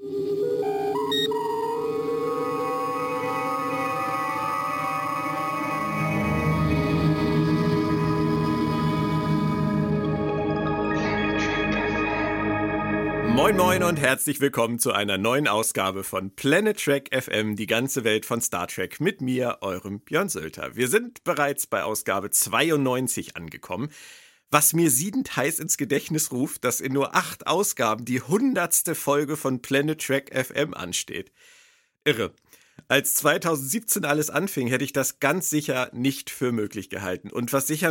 Moin Moin und herzlich willkommen zu einer neuen Ausgabe von Planet Trek FM, die ganze Welt von Star Trek, mit mir, eurem Björn Sölter. Wir sind bereits bei Ausgabe 92 angekommen, was mir siedend heiß ins Gedächtnis ruft, dass in nur 8 Ausgaben die 100. Folge von Planet Trek FM ansteht. Irre. Als 2017 alles anfing, hätte ich das ganz sicher nicht für möglich gehalten. Und was sicher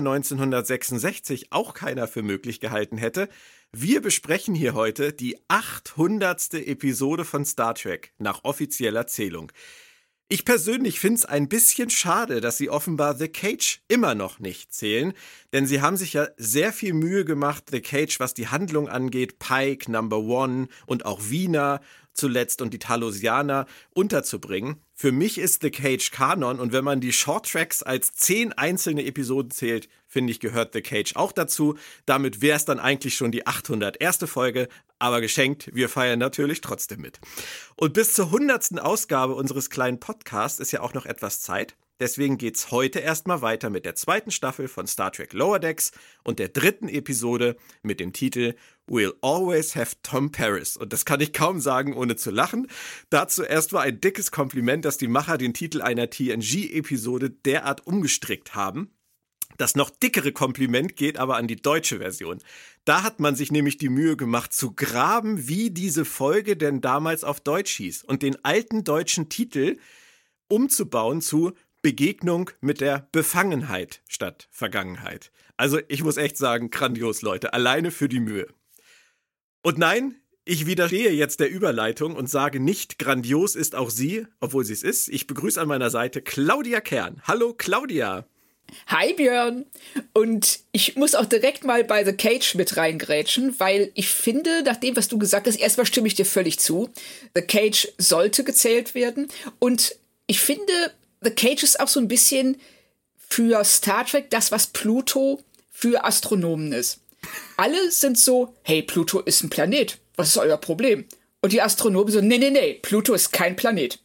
1966 auch keiner für möglich gehalten hätte: wir besprechen hier heute die 800. Episode von Star Trek nach offizieller Zählung. Ich persönlich finde es ein bisschen schade, dass sie offenbar The Cage immer noch nicht zählen, denn sie haben sich ja sehr viel Mühe gemacht, The Cage, was die Handlung angeht, Pike, Number One und auch Wiener zuletzt und die Talosianer unterzubringen. Für mich ist The Cage Kanon, und wenn man die Short Tracks als 10 einzelne Episoden zählt, finde ich, gehört The Cage auch dazu. Damit wäre es dann eigentlich schon die 801. Folge, aber geschenkt, wir feiern natürlich trotzdem mit. Und bis zur 100. Ausgabe unseres kleinen Podcasts ist ja auch noch etwas Zeit. Deswegen geht's heute erstmal weiter mit der 2. Staffel von Star Trek Lower Decks und der 3. Episode mit dem Titel We'll Always Have Tom Paris. Und das kann ich kaum sagen, ohne zu lachen. Dazu erstmal ein dickes Kompliment, dass die Macher den Titel einer TNG-Episode derart umgestrickt haben. Das noch dickere Kompliment geht aber an die deutsche Version. Da hat man sich nämlich die Mühe gemacht, zu graben, wie diese Folge denn damals auf Deutsch hieß, und den alten deutschen Titel umzubauen zu Begegnung mit der Befangenheit statt Vergangenheit. Also ich muss echt sagen, grandios, Leute, alleine für die Mühe. Und nein, ich widerstehe jetzt der Überleitung und sage nicht, grandios ist auch sie, obwohl sie es ist. Ich begrüße an meiner Seite Claudia Kern. Hallo Claudia. Hi Björn. Und ich muss auch direkt mal bei The Cage mit reingrätschen, weil ich finde, nach dem, was du gesagt hast, erstmal stimme ich dir völlig zu. The Cage sollte gezählt werden. Und ich finde, The Cage ist auch so ein bisschen für Star Trek das, was Pluto für Astronomen ist. Alle sind so, hey, Pluto ist ein Planet. Was ist euer Problem? Und die Astronomen so, nee, Pluto ist kein Planet.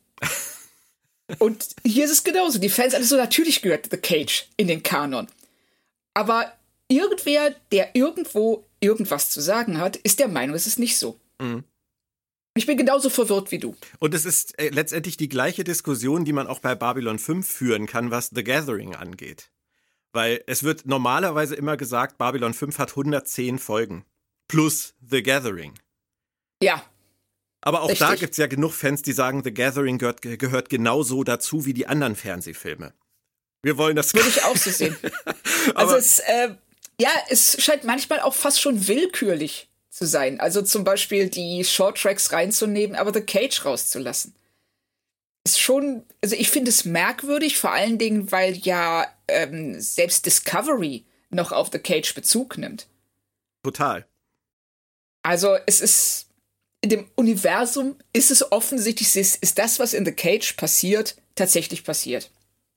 Und hier ist es genauso. Die Fans alle so, natürlich gehört The Cage in den Kanon. Aber irgendwer, der irgendwo irgendwas zu sagen hat, ist der Meinung, es ist nicht so. Mhm. Ich bin genauso verwirrt wie du. Und es ist letztendlich die gleiche Diskussion, die man auch bei Babylon 5 führen kann, was The Gathering angeht. Weil es wird normalerweise immer gesagt, Babylon 5 hat 110 Folgen. Plus The Gathering. Ja. Aber auch richtig. Da gibt es ja genug Fans, die sagen, The Gathering gehört genauso dazu wie die anderen Fernsehfilme. Wir wollen das... Würde ich auch so sehen. Also es scheint manchmal auch fast schon willkürlich zu sein. Also zum Beispiel die Short Tracks reinzunehmen, aber The Cage rauszulassen. Ist schon, also ich finde es merkwürdig, vor allen Dingen, weil ja selbst Discovery noch auf The Cage Bezug nimmt. Total. Also es ist, in dem Universum ist es offensichtlich, ist das, was in The Cage passiert, tatsächlich passiert.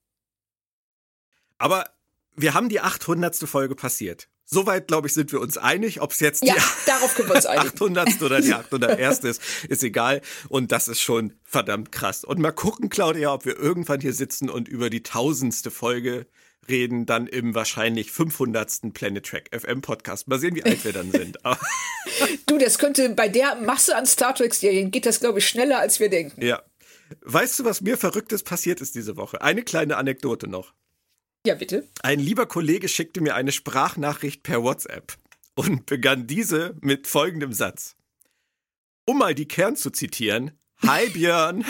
Aber wir haben die 800. Folge passiert. Soweit, glaube ich, sind wir uns einig. Ob es jetzt darauf können wir uns einigen. 800. oder die 801. ist egal. Und das ist schon verdammt krass. Und mal gucken, Claudia, ob wir irgendwann hier sitzen und über die 1000. Folge reden, dann im wahrscheinlich 500. Planet Trek FM Podcast. Mal sehen, wie alt wir dann sind. Du, das könnte bei der Masse an Star Trek-Serien geht das, glaube ich, schneller, als wir denken. Ja. Weißt du, was mir Verrücktes passiert ist diese Woche? Eine kleine Anekdote noch. Ja, bitte. Ein lieber Kollege schickte mir eine Sprachnachricht per WhatsApp und begann diese mit folgendem Satz. Um mal die Kern zu zitieren: Hi Björn.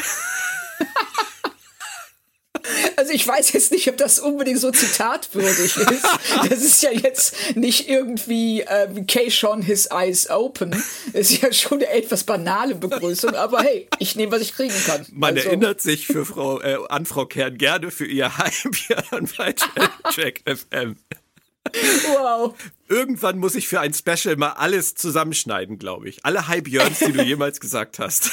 Also ich weiß jetzt nicht, ob das unbedingt so zitatwürdig ist. Das ist ja jetzt nicht irgendwie Kayshon his eyes open. Das ist ja schon eine etwas banale Begrüßung, aber hey, ich nehme, was ich kriegen kann. Man erinnert sich an Frau Kern gerne für ihr Hi Björn bei Track FM. Wow. Irgendwann muss ich für ein Special mal alles zusammenschneiden, glaube ich. Alle Hi Björns, die du jemals gesagt hast.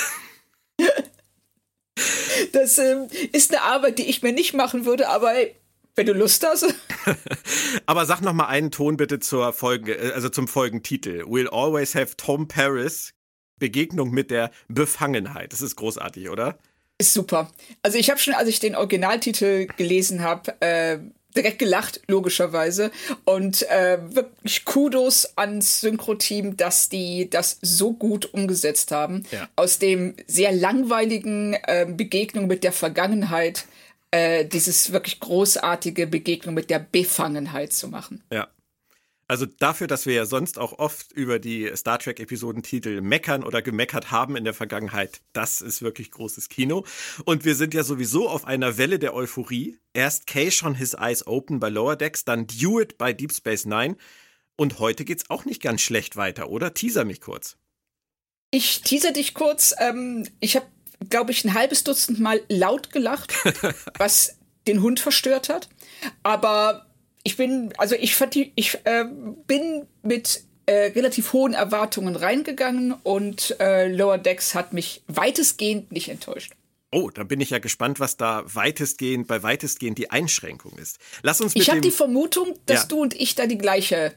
Das ist eine Arbeit, die ich mir nicht machen würde, aber hey, wenn du Lust hast. Aber sag noch mal einen Ton bitte zur Folge, also zum Folgentitel. We'll always have Tom Paris. Begegnung mit der Befangenheit. Das ist großartig, oder? Ist super. Also ich habe schon, als ich den Originaltitel gelesen habe, direkt gelacht, logischerweise. Und wirklich Kudos ans Synchro-Team, dass die das so gut umgesetzt haben. Ja. Aus dem sehr langweiligen Begegnung mit der Vergangenheit dieses wirklich großartige Begegnung mit der Befangenheit zu machen. Ja. Also dafür, dass wir ja sonst auch oft über die Star Trek-Episodentitel meckern oder gemeckert haben in der Vergangenheit, das ist wirklich großes Kino. Und wir sind ja sowieso auf einer Welle der Euphorie. Erst Cage on His Eyes Open bei Lower Decks, dann Dewitt bei Deep Space Nine. Und heute geht's auch nicht ganz schlecht weiter, oder? Teaser mich kurz. Ich teaser dich kurz. Ich habe, glaube ich, ein halbes Dutzend Mal laut gelacht, was den Hund verstört hat. Aber ich bin mit relativ hohen Erwartungen reingegangen und Lower Decks hat mich weitestgehend nicht enttäuscht. Oh, dann bin ich ja gespannt, was da weitestgehend die Einschränkung ist. Lass uns mit Ich habe die Vermutung, dass du und ich da die gleiche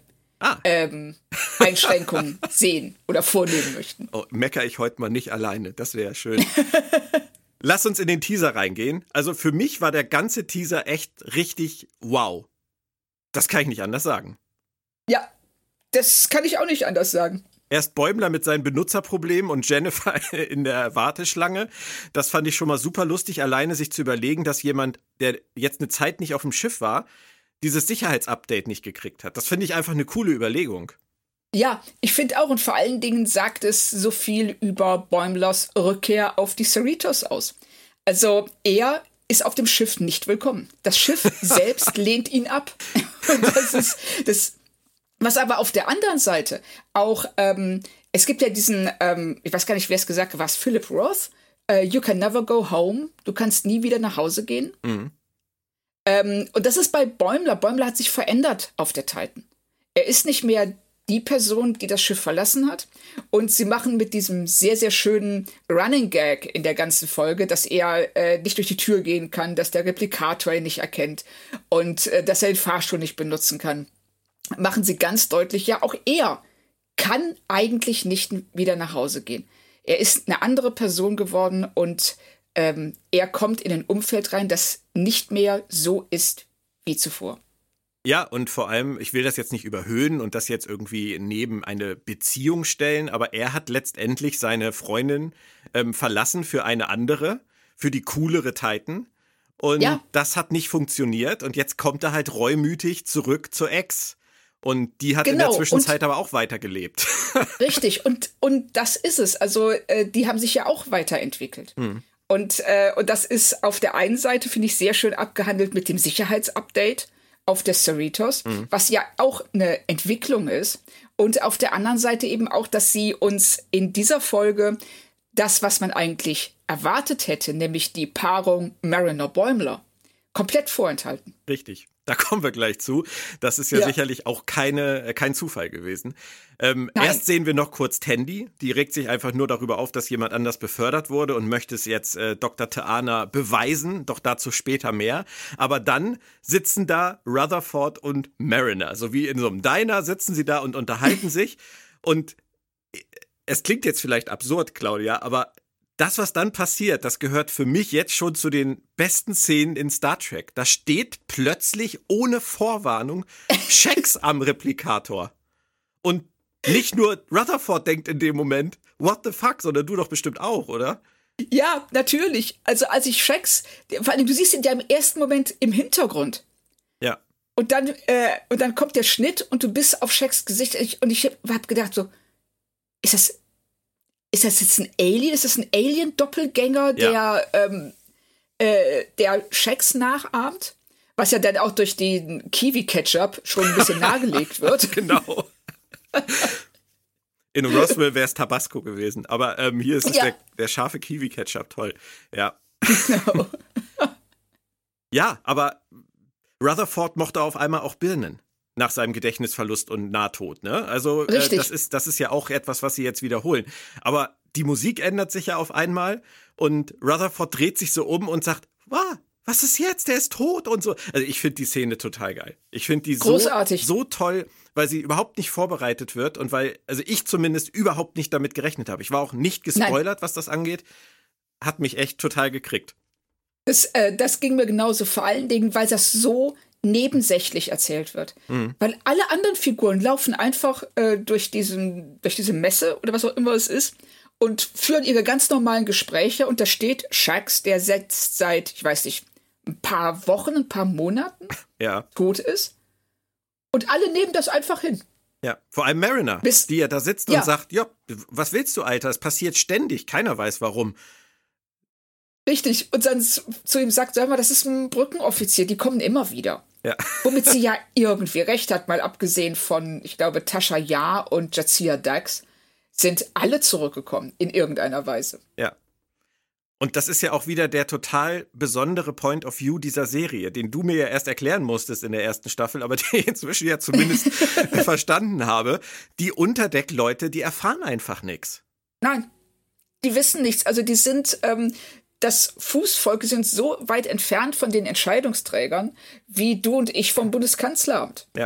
Einschränkung sehen oder vornehmen möchten. Oh, meckere ich heute mal nicht alleine, das wäre schön. Lass uns in den Teaser reingehen. Also für mich war der ganze Teaser echt richtig wow. Das kann ich nicht anders sagen. Ja, das kann ich auch nicht anders sagen. Erst Bäumler mit seinen Benutzerproblemen und Jennifer in der Warteschlange. Das fand ich schon mal super lustig, alleine sich zu überlegen, dass jemand, der jetzt eine Zeit nicht auf dem Schiff war, dieses Sicherheitsupdate nicht gekriegt hat. Das finde ich einfach eine coole Überlegung. Ja, ich finde auch, und vor allen Dingen sagt es so viel über Bäumlers Rückkehr auf die Cerritos aus. Also er ist auf dem Schiff nicht willkommen. Das Schiff selbst lehnt ihn ab. Das ist das. Was aber auf der anderen Seite auch, es gibt ja diesen, ich weiß gar nicht, wer es gesagt hat, war es Philip Roth? You can never go home. Du kannst nie wieder nach Hause gehen. Mhm. Und das ist bei Bäumler. Bäumler hat sich verändert auf der Titan. Er ist nicht mehr die Person, die das Schiff verlassen hat. Und sie machen mit diesem sehr, sehr schönen Running Gag in der ganzen Folge, dass er nicht durch die Tür gehen kann, dass der Replikator ihn nicht erkennt und dass er den Fahrstuhl nicht benutzen kann. Machen sie ganz deutlich, ja, auch er kann eigentlich nicht wieder nach Hause gehen. Er ist eine andere Person geworden und er kommt in ein Umfeld rein, das nicht mehr so ist wie zuvor. Ja, und vor allem, ich will das jetzt nicht überhöhen und das jetzt irgendwie neben eine Beziehung stellen, aber er hat letztendlich seine Freundin verlassen für eine andere, für die coolere Titan. Und das hat nicht funktioniert und jetzt kommt er halt reumütig zurück zur Ex. Und die hat in der Zwischenzeit aber auch weitergelebt. Richtig, und das ist es. Also die haben sich ja auch weiterentwickelt. Und das ist auf der einen Seite, finde ich, sehr schön abgehandelt mit dem Sicherheitsupdate auf der Cerritos, was ja auch eine Entwicklung ist. Und auf der anderen Seite eben auch, dass sie uns in dieser Folge das, was man eigentlich erwartet hätte, nämlich die Paarung Mariner-Bäumler, komplett vorenthalten. Richtig. Da kommen wir gleich zu. Das ist ja sicherlich auch kein Zufall gewesen. Erst sehen wir noch kurz Tandy. Die regt sich einfach nur darüber auf, dass jemand anders befördert wurde und möchte es jetzt Dr. T'Ana beweisen. Doch dazu später mehr. Aber dann sitzen da Rutherford und Mariner. So wie in so einem Diner sitzen sie da und unterhalten sich. Und es klingt jetzt vielleicht absurd, Claudia, aber das, was dann passiert, das gehört für mich jetzt schon zu den besten Szenen in Star Trek. Da steht plötzlich ohne Vorwarnung Shax am Replikator. Und nicht nur Rutherford denkt in dem Moment, what the fuck, sondern du doch bestimmt auch, oder? Ja, natürlich. Also als ich Shax, vor allem du siehst ihn ja im ersten Moment im Hintergrund. Ja. Und dann kommt der Schnitt und du bist auf Shax Gesicht und ich hab gedacht so, ist das jetzt ein Alien? Ist das ein Alien-Doppelgänger, der Shax nachahmt? Was ja dann auch durch den Kiwi-Ketchup schon ein bisschen nahegelegt wird. Genau. In Roswell wäre es Tabasco gewesen, aber hier ist es der scharfe Kiwi-Ketchup, toll. Ja. Genau. Ja, aber Rutherford mochte auf einmal auch Birnen. Nach seinem Gedächtnisverlust und Nahtod, ne? Also das ist ja auch etwas, was sie jetzt wiederholen. Aber die Musik ändert sich ja auf einmal und Rutherford dreht sich so um und sagt, was ist jetzt? Der ist tot und so. Also ich finde die Szene total geil. Ich finde die großartig. So toll, weil sie überhaupt nicht vorbereitet wird und weil, also ich zumindest überhaupt nicht damit gerechnet habe. Ich war auch nicht gespoilert, was das angeht. Hat mich echt total gekriegt. Das ging mir genauso, vor allen Dingen, weil das so nebensächlich erzählt wird. Weil alle anderen Figuren laufen einfach durch diese Messe oder was auch immer es ist und führen ihre ganz normalen Gespräche und da steht Shax, der jetzt seit, ich weiß nicht, ein paar Wochen, ein paar Monaten tot ist und alle nehmen das einfach hin. Ja, vor allem Mariner, die ja da sitzt und sagt, ja, was willst du, Alter? Es passiert ständig, keiner weiß warum. Richtig, und dann zu ihm sagt, sag mal, das ist ein Brückenoffizier, die kommen immer wieder. Ja. Womit sie ja irgendwie recht hat, mal abgesehen von, ich glaube, Tasha Yar und Jadzia Dax, sind alle zurückgekommen, in irgendeiner Weise. Ja. Und das ist ja auch wieder der total besondere Point of View dieser Serie, den du mir ja erst erklären musstest in der ersten Staffel, aber den ich inzwischen ja zumindest verstanden habe. Die Unterdeck-Leute, die erfahren einfach nichts. Nein, die wissen nichts. Also die sind, das Fußvolk sind so weit entfernt von den Entscheidungsträgern, wie du und ich vom Bundeskanzleramt. Ja.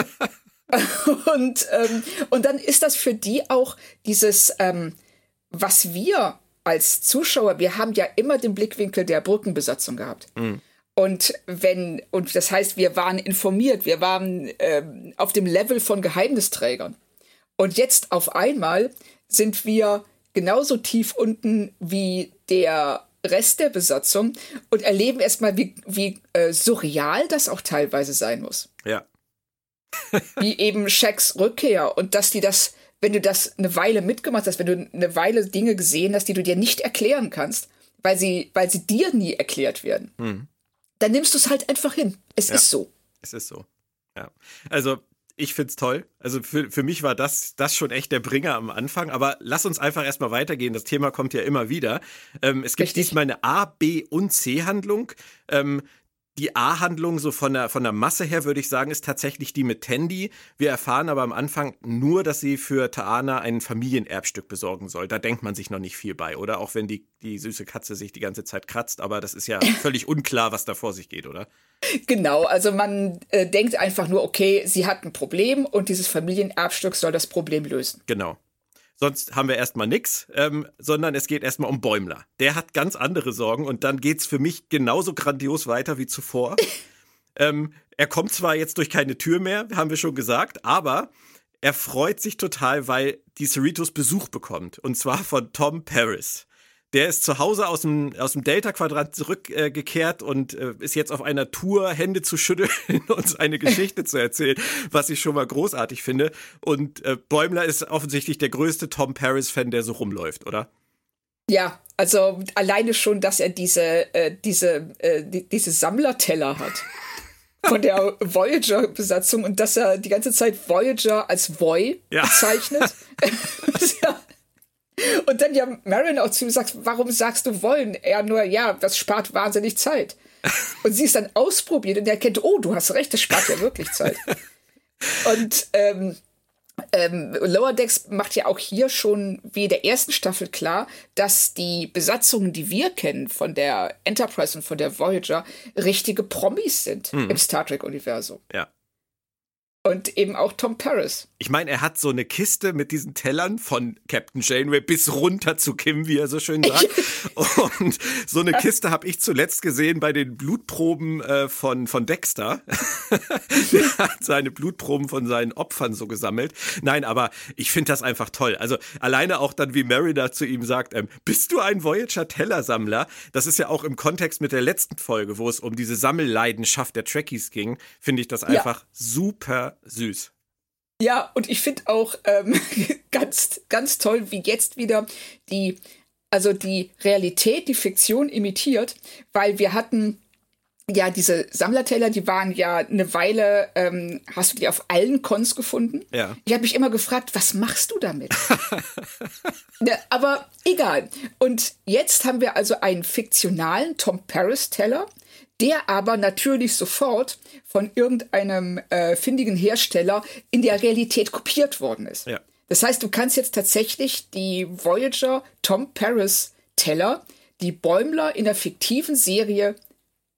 Und dann ist das für die auch dieses, was wir als Zuschauer, wir haben ja immer den Blickwinkel der Brückenbesatzung gehabt. Und das heißt, wir waren informiert, wir waren auf dem Level von Geheimnisträgern. Und jetzt auf einmal sind wir genauso tief unten wie der Rest der Besatzung und erleben erstmal, wie surreal das auch teilweise sein muss. Ja. Wie eben Shax Rückkehr und dass die das, wenn du das eine Weile mitgemacht hast, wenn du eine Weile Dinge gesehen hast, die du dir nicht erklären kannst, weil sie dir nie erklärt werden, dann nimmst du es halt einfach hin. Es ist so. Es ist so. Ja. Also ich find's toll. Also für mich war das schon echt der Bringer am Anfang. Aber lass uns einfach erstmal weitergehen. Das Thema kommt ja immer wieder. Es gibt diesmal eine A-, B- und C-Handlung. Die A-Handlung, so von der Masse her, würde ich sagen, ist tatsächlich die mit Tendi. Wir erfahren aber am Anfang nur, dass sie für T'Ana ein Familienerbstück besorgen soll. Da denkt man sich noch nicht viel bei, oder? Auch wenn die süße Katze sich die ganze Zeit kratzt. Aber das ist ja völlig unklar, was da vor sich geht, oder? Genau, also man denkt einfach nur, okay, sie hat ein Problem und dieses Familienerbstück soll das Problem lösen. Genau. Sonst haben wir erstmal nix, sondern es geht erstmal um Bäumler. Der hat ganz andere Sorgen und dann geht's für mich genauso grandios weiter wie zuvor. Er kommt zwar jetzt durch keine Tür mehr, haben wir schon gesagt, aber er freut sich total, weil die Cerritos Besuch bekommt. Und zwar von Tom Paris. Der ist zu Hause aus dem Delta-Quadrant zurückgekehrt und ist jetzt auf einer Tour, Hände zu schütteln und uns eine Geschichte zu erzählen, was ich schon mal großartig finde. Und Bäumler ist offensichtlich der größte Tom Paris-Fan, der so rumläuft, oder? Ja, also alleine schon, dass er diese Sammlerteller hat von der Voyager-Besatzung und dass er die ganze Zeit Voyager als Voy bezeichnet. Ja. Und dann ja Mariner auch zu ihm sagt, warum sagst du wollen? Er nur, ja, das spart wahnsinnig Zeit. Und sie ist dann ausprobiert und er erkennt, oh, du hast recht, das spart ja wirklich Zeit. Und Lower Decks macht ja auch hier schon wie in der ersten Staffel klar, dass die Besatzungen, die wir kennen von der Enterprise und von der Voyager, richtige Promis sind im Star Trek-Universum. Ja. Und eben auch Tom Paris. Ich meine, er hat so eine Kiste mit diesen Tellern von Captain Janeway bis runter zu Kim, wie er so schön sagt. Und so eine Kiste habe ich zuletzt gesehen bei den Blutproben von Dexter. Der hat seine Blutproben von seinen Opfern so gesammelt. Nein, aber ich finde das einfach toll. Also alleine auch dann, wie Mariner zu ihm sagt, bist du ein Voyager-Tellersammler? Das ist ja auch im Kontext mit der letzten Folge, wo es um diese Sammelleidenschaft der Trekkies ging, finde ich das einfach super süß. Ja, und ich finde auch ganz, ganz toll, wie jetzt wieder die Realität, die Fiktion imitiert, weil wir hatten ja diese Sammlerteller, die waren ja eine Weile, hast du die auf allen Cons gefunden? Ja. Ich habe mich immer gefragt, was machst du damit? Ja, aber egal. Und jetzt haben wir also einen fiktionalen Tom Paris-Teller, der aber natürlich sofort von irgendeinem findigen Hersteller in der Realität kopiert worden ist. Ja. Das heißt, du kannst jetzt tatsächlich die Voyager Tom Paris Teller, die Bäumler in der fiktiven Serie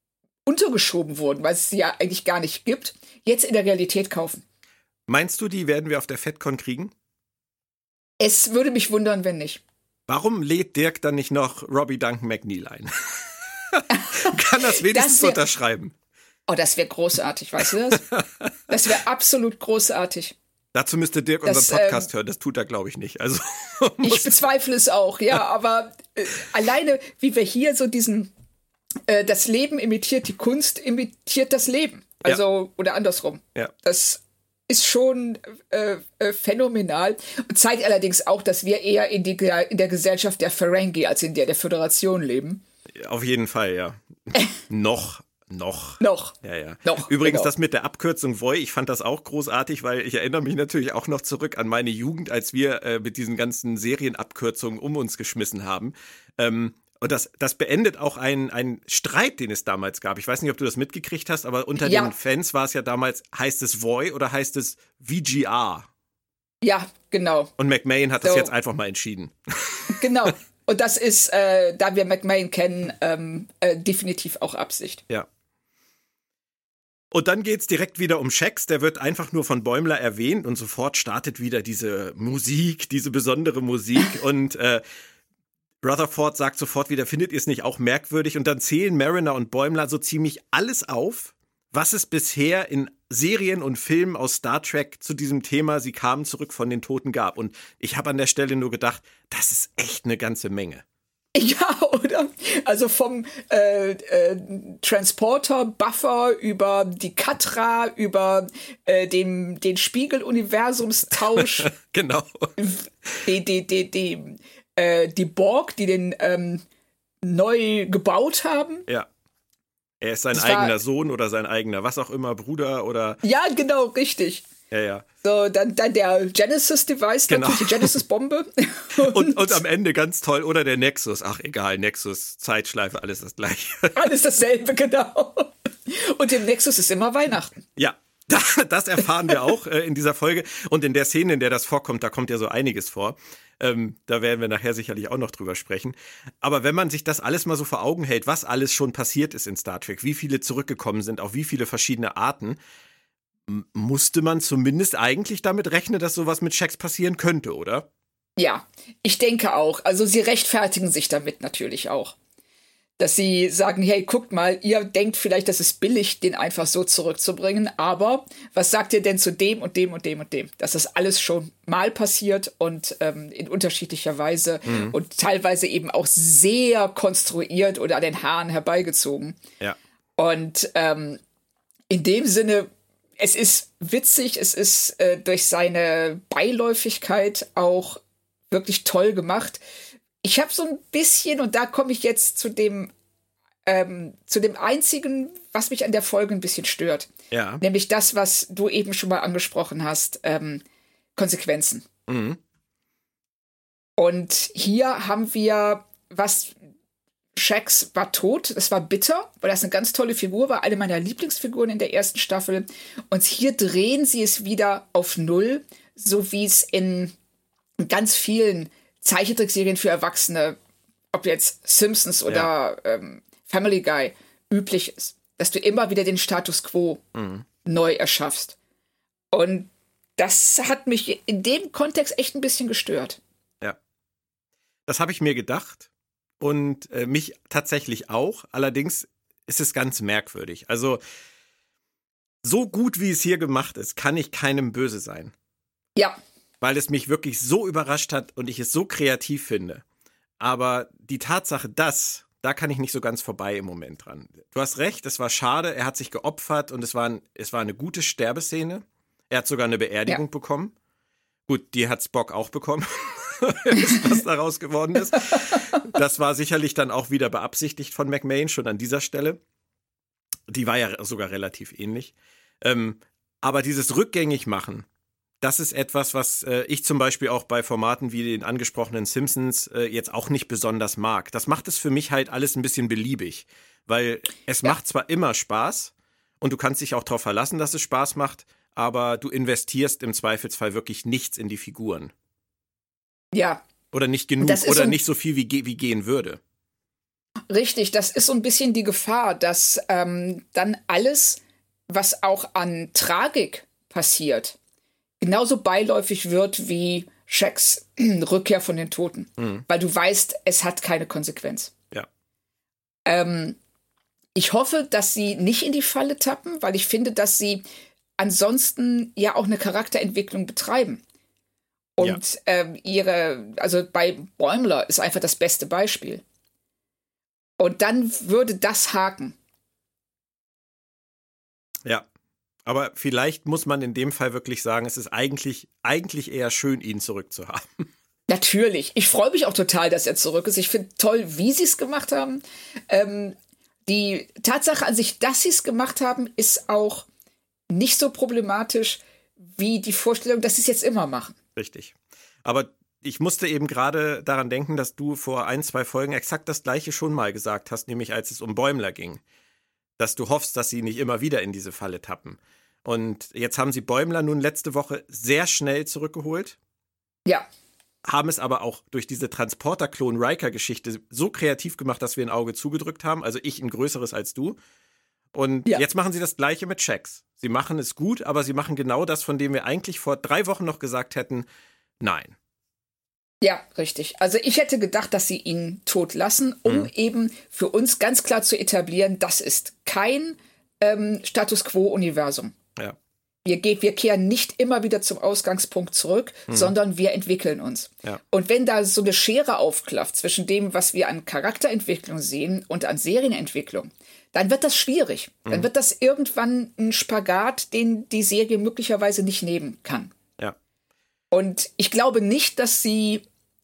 untergeschoben wurden, weil es sie ja eigentlich gar nicht gibt, jetzt in der Realität kaufen. Meinst du, die werden wir auf der FedCon kriegen? Es würde mich wundern, wenn nicht. Warum lädt Dirk dann nicht noch Robbie Duncan McNeil ein? Kann das wenigstens unterschreiben? Oh, das wäre großartig, weißt du das? Das wäre absolut großartig. Dazu müsste Dirk unseren Podcast hören, das tut er, glaube ich, nicht. Also ich bezweifle es auch, ja, aber alleine, wie wir hier so das Leben imitiert die Kunst, imitiert das Leben. Also, oder andersrum. Ja. Das ist schon phänomenal und zeigt allerdings auch, dass wir eher in der Gesellschaft der Ferengi als in der Föderation leben. Auf jeden Fall, ja. Noch. Ja. Noch, Übrigens, genau. Das mit der Abkürzung Voy, ich fand das auch großartig, weil ich erinnere mich natürlich auch noch zurück an meine Jugend, als wir mit diesen ganzen Serienabkürzungen um uns geschmissen haben. Und das beendet auch einen Streit, den es damals gab. Ich weiß nicht, ob du das mitgekriegt hast, aber unter den Fans war es ja damals, heißt es Voy oder heißt es VGR? Ja, genau. Und McMahon hat das jetzt einfach mal entschieden. Genau. Und das ist, da wir McMahon kennen, definitiv auch Absicht. Ja. Und dann geht's direkt wieder um Shax, der wird einfach nur von Bäumler erwähnt und sofort startet wieder diese Musik, diese besondere Musik und Rutherford sagt sofort wieder, findet ihr es nicht auch merkwürdig? Und dann zählen Mariner und Bäumler so ziemlich alles auf, was es bisher in Serien und Filmen aus Star Trek zu diesem Thema Sie kamen zurück von den Toten gab. Und ich habe an der Stelle nur gedacht, das ist echt eine ganze Menge. Ja, oder? Also vom Transporter, Buffer über die Katra, über den Spiegeluniversumstausch. Genau. Die Borg, die den neu gebaut haben. Ja. Er ist sein eigener Sohn oder sein eigener, was auch immer, Bruder oder... Ja, genau, richtig. Ja. So, dann der Genesis-Device, genau. Natürlich die Genesis-Bombe. Und am Ende ganz toll, oder der Nexus. Ach, egal, Nexus, Zeitschleife, alles das Gleiche. Alles dasselbe, genau. Und im Nexus ist immer Weihnachten. Ja, das erfahren wir auch in dieser Folge. Und in der Szene, in der das vorkommt, da kommt ja so einiges vor. Da werden wir nachher sicherlich auch noch drüber sprechen. Aber wenn man sich das alles mal so vor Augen hält, was alles schon passiert ist in Star Trek, wie viele zurückgekommen sind, auf wie viele verschiedene Arten, musste man zumindest eigentlich damit rechnen, dass sowas mit Shax passieren könnte, oder? Ja, ich denke auch. Also sie rechtfertigen sich damit natürlich auch. Dass sie sagen, hey, guckt mal, ihr denkt vielleicht, das ist billig, den einfach so zurückzubringen, aber was sagt ihr denn zu dem und dem und dem und dem? Dass das alles schon mal passiert und in unterschiedlicher Weise und teilweise eben auch sehr konstruiert oder an den Haaren herbeigezogen. Ja. Und in dem Sinne, es ist witzig, es ist durch seine Beiläufigkeit auch wirklich toll gemacht. Ich habe so ein bisschen, und da komme ich jetzt zu dem einzigen, was mich an der Folge ein bisschen stört. Ja. Nämlich das, was du eben schon mal angesprochen hast, Konsequenzen. Mhm. Und hier haben wir, Shax war tot, das war bitter, weil das eine ganz tolle Figur war, eine meiner Lieblingsfiguren in der ersten Staffel. Und hier drehen sie es wieder auf Null, so wie es in ganz vielen Zeichentrickserien für Erwachsene, ob jetzt Simpsons oder Family Guy, üblich ist, dass du immer wieder den Status quo neu erschaffst. Und das hat mich in dem Kontext echt ein bisschen gestört. Ja. Das habe ich mir gedacht und mich tatsächlich auch. Allerdings ist es ganz merkwürdig. Also so gut, wie es hier gemacht ist, kann ich keinem böse sein. Ja. Weil es mich wirklich so überrascht hat und ich es so kreativ finde. Aber die Tatsache, da kann ich nicht so ganz vorbei im Moment dran. Du hast recht, es war schade, er hat sich geopfert und es war eine gute Sterbeszene. Er hat sogar eine Beerdigung bekommen. Gut, die hat Spock auch bekommen, was daraus geworden ist. Das war sicherlich dann auch wieder beabsichtigt von McMahon, schon an dieser Stelle. Die war ja sogar relativ ähnlich. Aber dieses Rückgängigmachen, das ist etwas, was ich zum Beispiel auch bei Formaten wie den angesprochenen Simpsons jetzt auch nicht besonders mag. Das macht es für mich halt alles ein bisschen beliebig, weil es macht zwar immer Spaß und du kannst dich auch darauf verlassen, dass es Spaß macht, aber du investierst im Zweifelsfall wirklich nichts in die Figuren. Ja. Oder nicht genug oder nicht so viel, wie gehen würde. Richtig, das ist so ein bisschen die Gefahr, dass dann alles, was auch an Tragik passiert, genauso beiläufig wird wie Shaqs Rückkehr von den Toten. Weil du weißt, es hat keine Konsequenz. Ja. Ich hoffe, dass sie nicht in die Falle tappen, weil ich finde, dass sie ansonsten ja auch eine Charakterentwicklung betreiben. Und also bei Bäumler ist einfach das beste Beispiel. Und dann würde das haken. Ja, aber vielleicht muss man in dem Fall wirklich sagen, es ist eigentlich eher schön, ihn zurückzuhaben. Natürlich. Ich freue mich auch total, dass er zurück ist. Ich finde toll, wie sie es gemacht haben. Die Tatsache an sich, dass sie es gemacht haben, ist auch nicht so problematisch wie die Vorstellung, dass sie es jetzt immer machen. Richtig. Aber ich musste eben gerade daran denken, dass du vor 1-2 Folgen exakt das Gleiche schon mal gesagt hast, nämlich als es um Bäumler ging. Dass du hoffst, dass sie nicht immer wieder in diese Falle tappen. Und jetzt haben sie Bäumler nun letzte Woche sehr schnell zurückgeholt. Ja. Haben es aber auch durch diese Transporter-Klon-Riker-Geschichte so kreativ gemacht, dass wir ein Auge zugedrückt haben. Also ich ein größeres als du. Und jetzt machen sie das Gleiche mit Shax. Sie machen es gut, aber sie machen genau das, von dem wir eigentlich vor 3 Wochen noch gesagt hätten, nein. Ja, richtig. Also ich hätte gedacht, dass sie ihn tot lassen, um eben für uns ganz klar zu etablieren, das ist kein Status Quo-Universum. Ja. Wir kehren nicht immer wieder zum Ausgangspunkt zurück, sondern wir entwickeln uns. Ja. Und wenn da so eine Schere aufklafft zwischen dem, was wir an Charakterentwicklung sehen und an Serienentwicklung, dann wird das schwierig. Dann wird das irgendwann ein Spagat, den die Serie möglicherweise nicht nehmen kann. Ja. Und ich glaube nicht, dass sie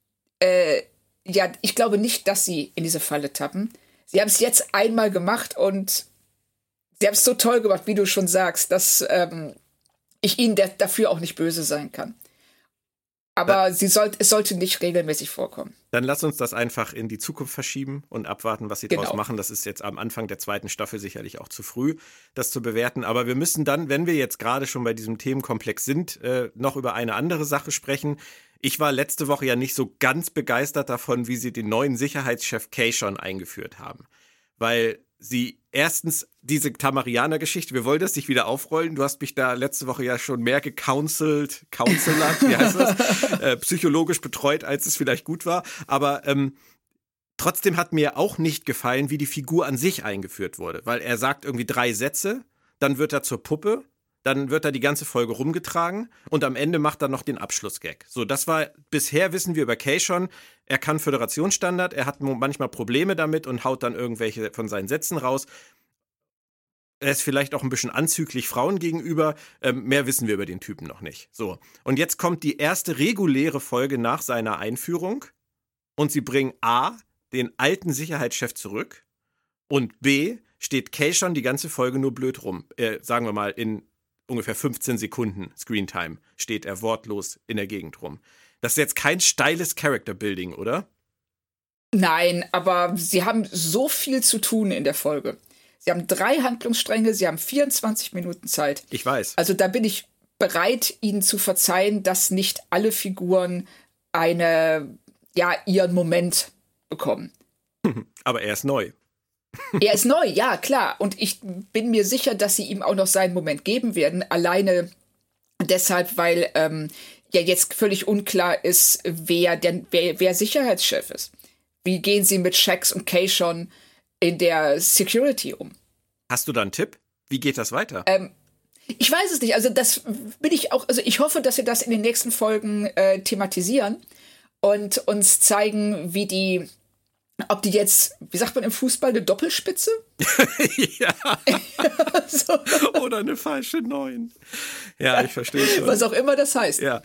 in diese Falle tappen. Sie haben es jetzt einmal gemacht und sie haben es so toll gemacht, wie du schon sagst, dass ich ihnen dafür auch nicht böse sein kann. Aber es sollte nicht regelmäßig vorkommen. Dann lass uns das einfach in die Zukunft verschieben und abwarten, was sie draus machen. Das ist jetzt am Anfang der 2. Staffel sicherlich auch zu früh, das zu bewerten. Aber wir müssen dann, wenn wir jetzt gerade schon bei diesem Themenkomplex sind, noch über eine andere Sache sprechen. Ich war letzte Woche ja nicht so ganz begeistert davon, wie sie den neuen Sicherheitschef Kayshon eingeführt haben. Weil sie erstens diese Tamarianer-Geschichte, wir wollen das nicht wieder aufrollen. Du hast mich da letzte Woche ja schon mehr counseled, wie heißt das? Psychologisch betreut, als es vielleicht gut war. Aber trotzdem hat mir auch nicht gefallen, wie die Figur an sich eingeführt wurde. Weil er sagt irgendwie 3 Sätze, dann wird er zur Puppe, dann wird er die ganze Folge rumgetragen und am Ende macht er noch den Abschlussgag. So, das war, bisher wissen wir über Kayshon, er kann Föderationsstandard, er hat manchmal Probleme damit und haut dann irgendwelche von seinen Sätzen raus. Er ist vielleicht auch ein bisschen anzüglich Frauen gegenüber, mehr wissen wir über den Typen noch nicht. So, und jetzt kommt die erste reguläre Folge nach seiner Einführung und sie bringen A, den alten Sicherheitschef zurück und B, steht Kayshon die ganze Folge nur blöd rum. Sagen wir mal, in ungefähr 15 Sekunden Screentime steht er wortlos in der Gegend rum. Das ist jetzt kein steiles Character-Building, oder? Nein, aber sie haben so viel zu tun in der Folge. Sie haben 3 Handlungsstränge, sie haben 24 Minuten Zeit. Ich weiß. Also da bin ich bereit, ihnen zu verzeihen, dass nicht alle Figuren ihren Moment bekommen. Aber er ist neu. Er ist neu, ja, klar. Und ich bin mir sicher, dass sie ihm auch noch seinen Moment geben werden. Alleine deshalb, weil jetzt völlig unklar ist, wer Sicherheitschef ist. Wie gehen sie mit Shax und Kayshon in der Security um? Hast du da einen Tipp? Wie geht das weiter? Ich weiß es nicht. Also das bin ich auch. Also ich hoffe, dass wir das in den nächsten Folgen thematisieren und uns zeigen, ob die jetzt, wie sagt man im Fußball, eine Doppelspitze? Ja. So. Oder eine falsche 9. Ja, ich verstehe schon. Was auch immer das heißt. Ja.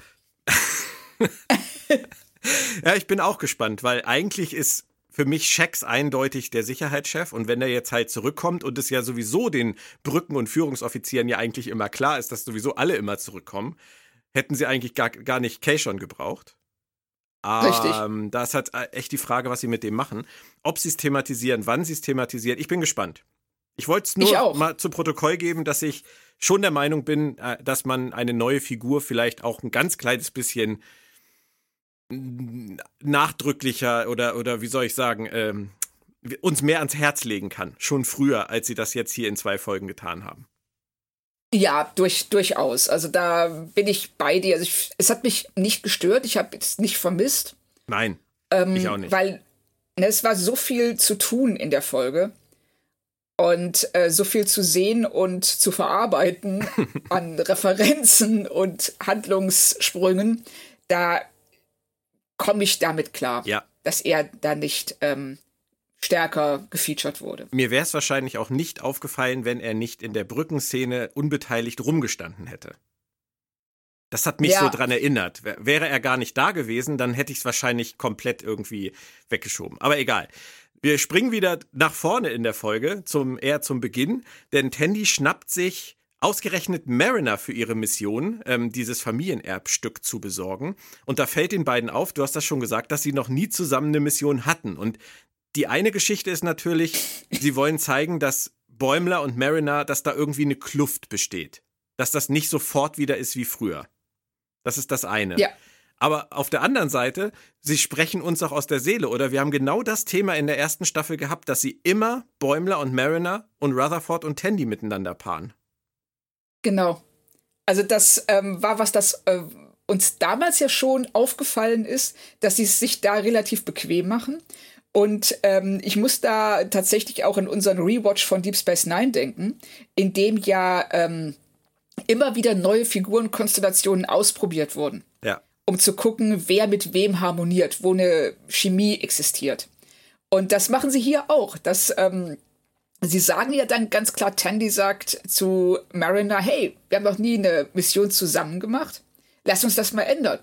Ja, ich bin auch gespannt, weil eigentlich ist für mich Shax eindeutig der Sicherheitschef und wenn er jetzt halt zurückkommt und es ja sowieso den Brücken- und Führungsoffizieren ja eigentlich immer klar ist, dass sowieso alle immer zurückkommen, hätten sie eigentlich gar nicht Kayshon gebraucht. Richtig. Da ist halt echt die Frage, was sie mit dem machen. Ob sie es thematisieren, wann sie es thematisieren. Ich bin gespannt. Ich wollte es nur mal zu Protokoll geben, dass ich schon der Meinung bin, dass man eine neue Figur vielleicht auch ein ganz kleines bisschen nachdrücklicher oder wie soll ich sagen, uns mehr ans Herz legen kann. Schon früher, als sie das jetzt hier in 2 Folgen getan haben. Ja, durchaus. Also da bin ich bei dir. Also es hat mich nicht gestört. Ich habe es nicht vermisst. Nein, ich auch nicht. Weil es war so viel zu tun in der Folge. Und so viel zu sehen und zu verarbeiten an Referenzen und Handlungssprüngen, da komme ich damit klar, dass er da nicht stärker gefeatured wurde. Mir wäre es wahrscheinlich auch nicht aufgefallen, wenn er nicht in der Brückenszene unbeteiligt rumgestanden hätte. Das hat mich so dran erinnert. Wäre er gar nicht da gewesen, dann hätte ich es wahrscheinlich komplett irgendwie weggeschoben. Aber egal. Wir springen wieder nach vorne in der Folge, eher zum Beginn, denn Tandy schnappt sich ausgerechnet Mariner für ihre Mission, dieses Familienerbstück zu besorgen. Und da fällt den beiden auf, du hast das schon gesagt, dass sie noch nie zusammen eine Mission hatten. Und die eine Geschichte ist natürlich, sie wollen zeigen, dass Bäumler und Mariner, dass da irgendwie eine Kluft besteht. Dass das nicht sofort wieder ist wie früher. Das ist das eine. Ja. Aber auf der anderen Seite, sie sprechen uns auch aus der Seele, oder? Wir haben genau das Thema in der ersten Staffel gehabt, dass sie immer Bäumler und Mariner und Rutherford und Tandy miteinander paaren. Genau. Also das war was, das uns damals ja schon aufgefallen ist, dass sie es sich da relativ bequem machen. Und ich muss da tatsächlich auch an unseren Rewatch von Deep Space Nine denken, in dem ja immer wieder neue Figurenkonstellationen ausprobiert wurden. Ja. Um zu gucken, wer mit wem harmoniert, wo eine Chemie existiert. Und das machen sie hier auch. Sie sagen ja dann ganz klar, Tandy sagt zu Mariner, hey, wir haben noch nie eine Mission zusammen gemacht. Lass uns das mal ändern.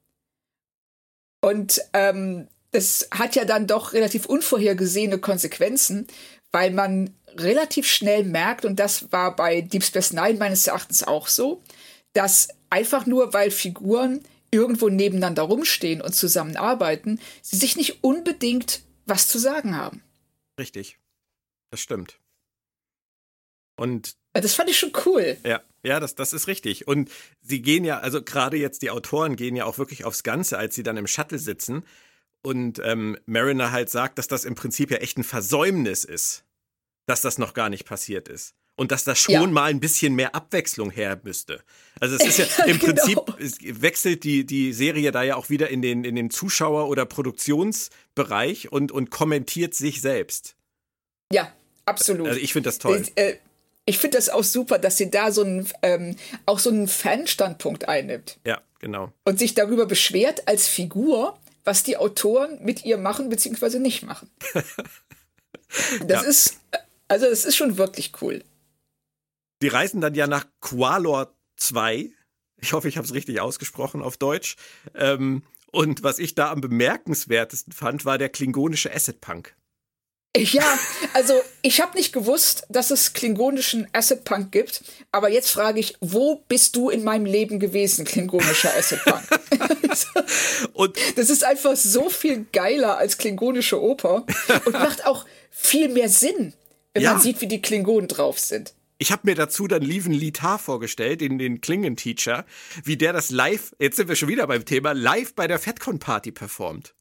Und das hat ja dann doch relativ unvorhergesehene Konsequenzen, weil man relativ schnell merkt, und das war bei Deep Space Nine meines Erachtens auch so, dass einfach nur, weil Figuren irgendwo nebeneinander rumstehen und zusammenarbeiten, sie sich nicht unbedingt was zu sagen haben. Richtig. Das stimmt. Und das fand ich schon cool. Ja, das ist richtig. Und sie gehen ja, also gerade jetzt die Autoren gehen ja auch wirklich aufs Ganze, als sie dann im Shuttle sitzen und Mariner halt sagt, dass das im Prinzip ja echt ein Versäumnis ist, dass das noch gar nicht passiert ist. Und dass da schon mal ein bisschen mehr Abwechslung her müsste. Also es ist ja im Prinzip, es wechselt die Serie da ja auch wieder in den Zuschauer- oder Produktionsbereich und kommentiert sich selbst. Ja, absolut. Also ich finde das toll. Ich finde das auch super, dass sie da auch so einen Fan-Standpunkt einnimmt. Ja, genau. Und sich darüber beschwert als Figur, was die Autoren mit ihr machen bzw. nicht machen. Das ist schon wirklich cool. Die reisen dann ja nach Qualor 2. Ich hoffe, ich habe es richtig ausgesprochen auf Deutsch. Und was ich da am bemerkenswertesten fand, war der klingonische Acid Punk. Ja, also ich habe nicht gewusst, dass es klingonischen Acid Punk gibt, aber jetzt frage ich, wo bist du in meinem Leben gewesen, klingonischer Acid Punk? Und das ist einfach so viel geiler als klingonische Oper und macht auch viel mehr Sinn, wenn man sieht, wie die Klingonen drauf sind. Ich habe mir dazu dann Lieven Litar vorgestellt, den Klingon-Teacher, wie der das live, jetzt sind wir schon wieder beim Thema, live bei der FedCon-Party performt.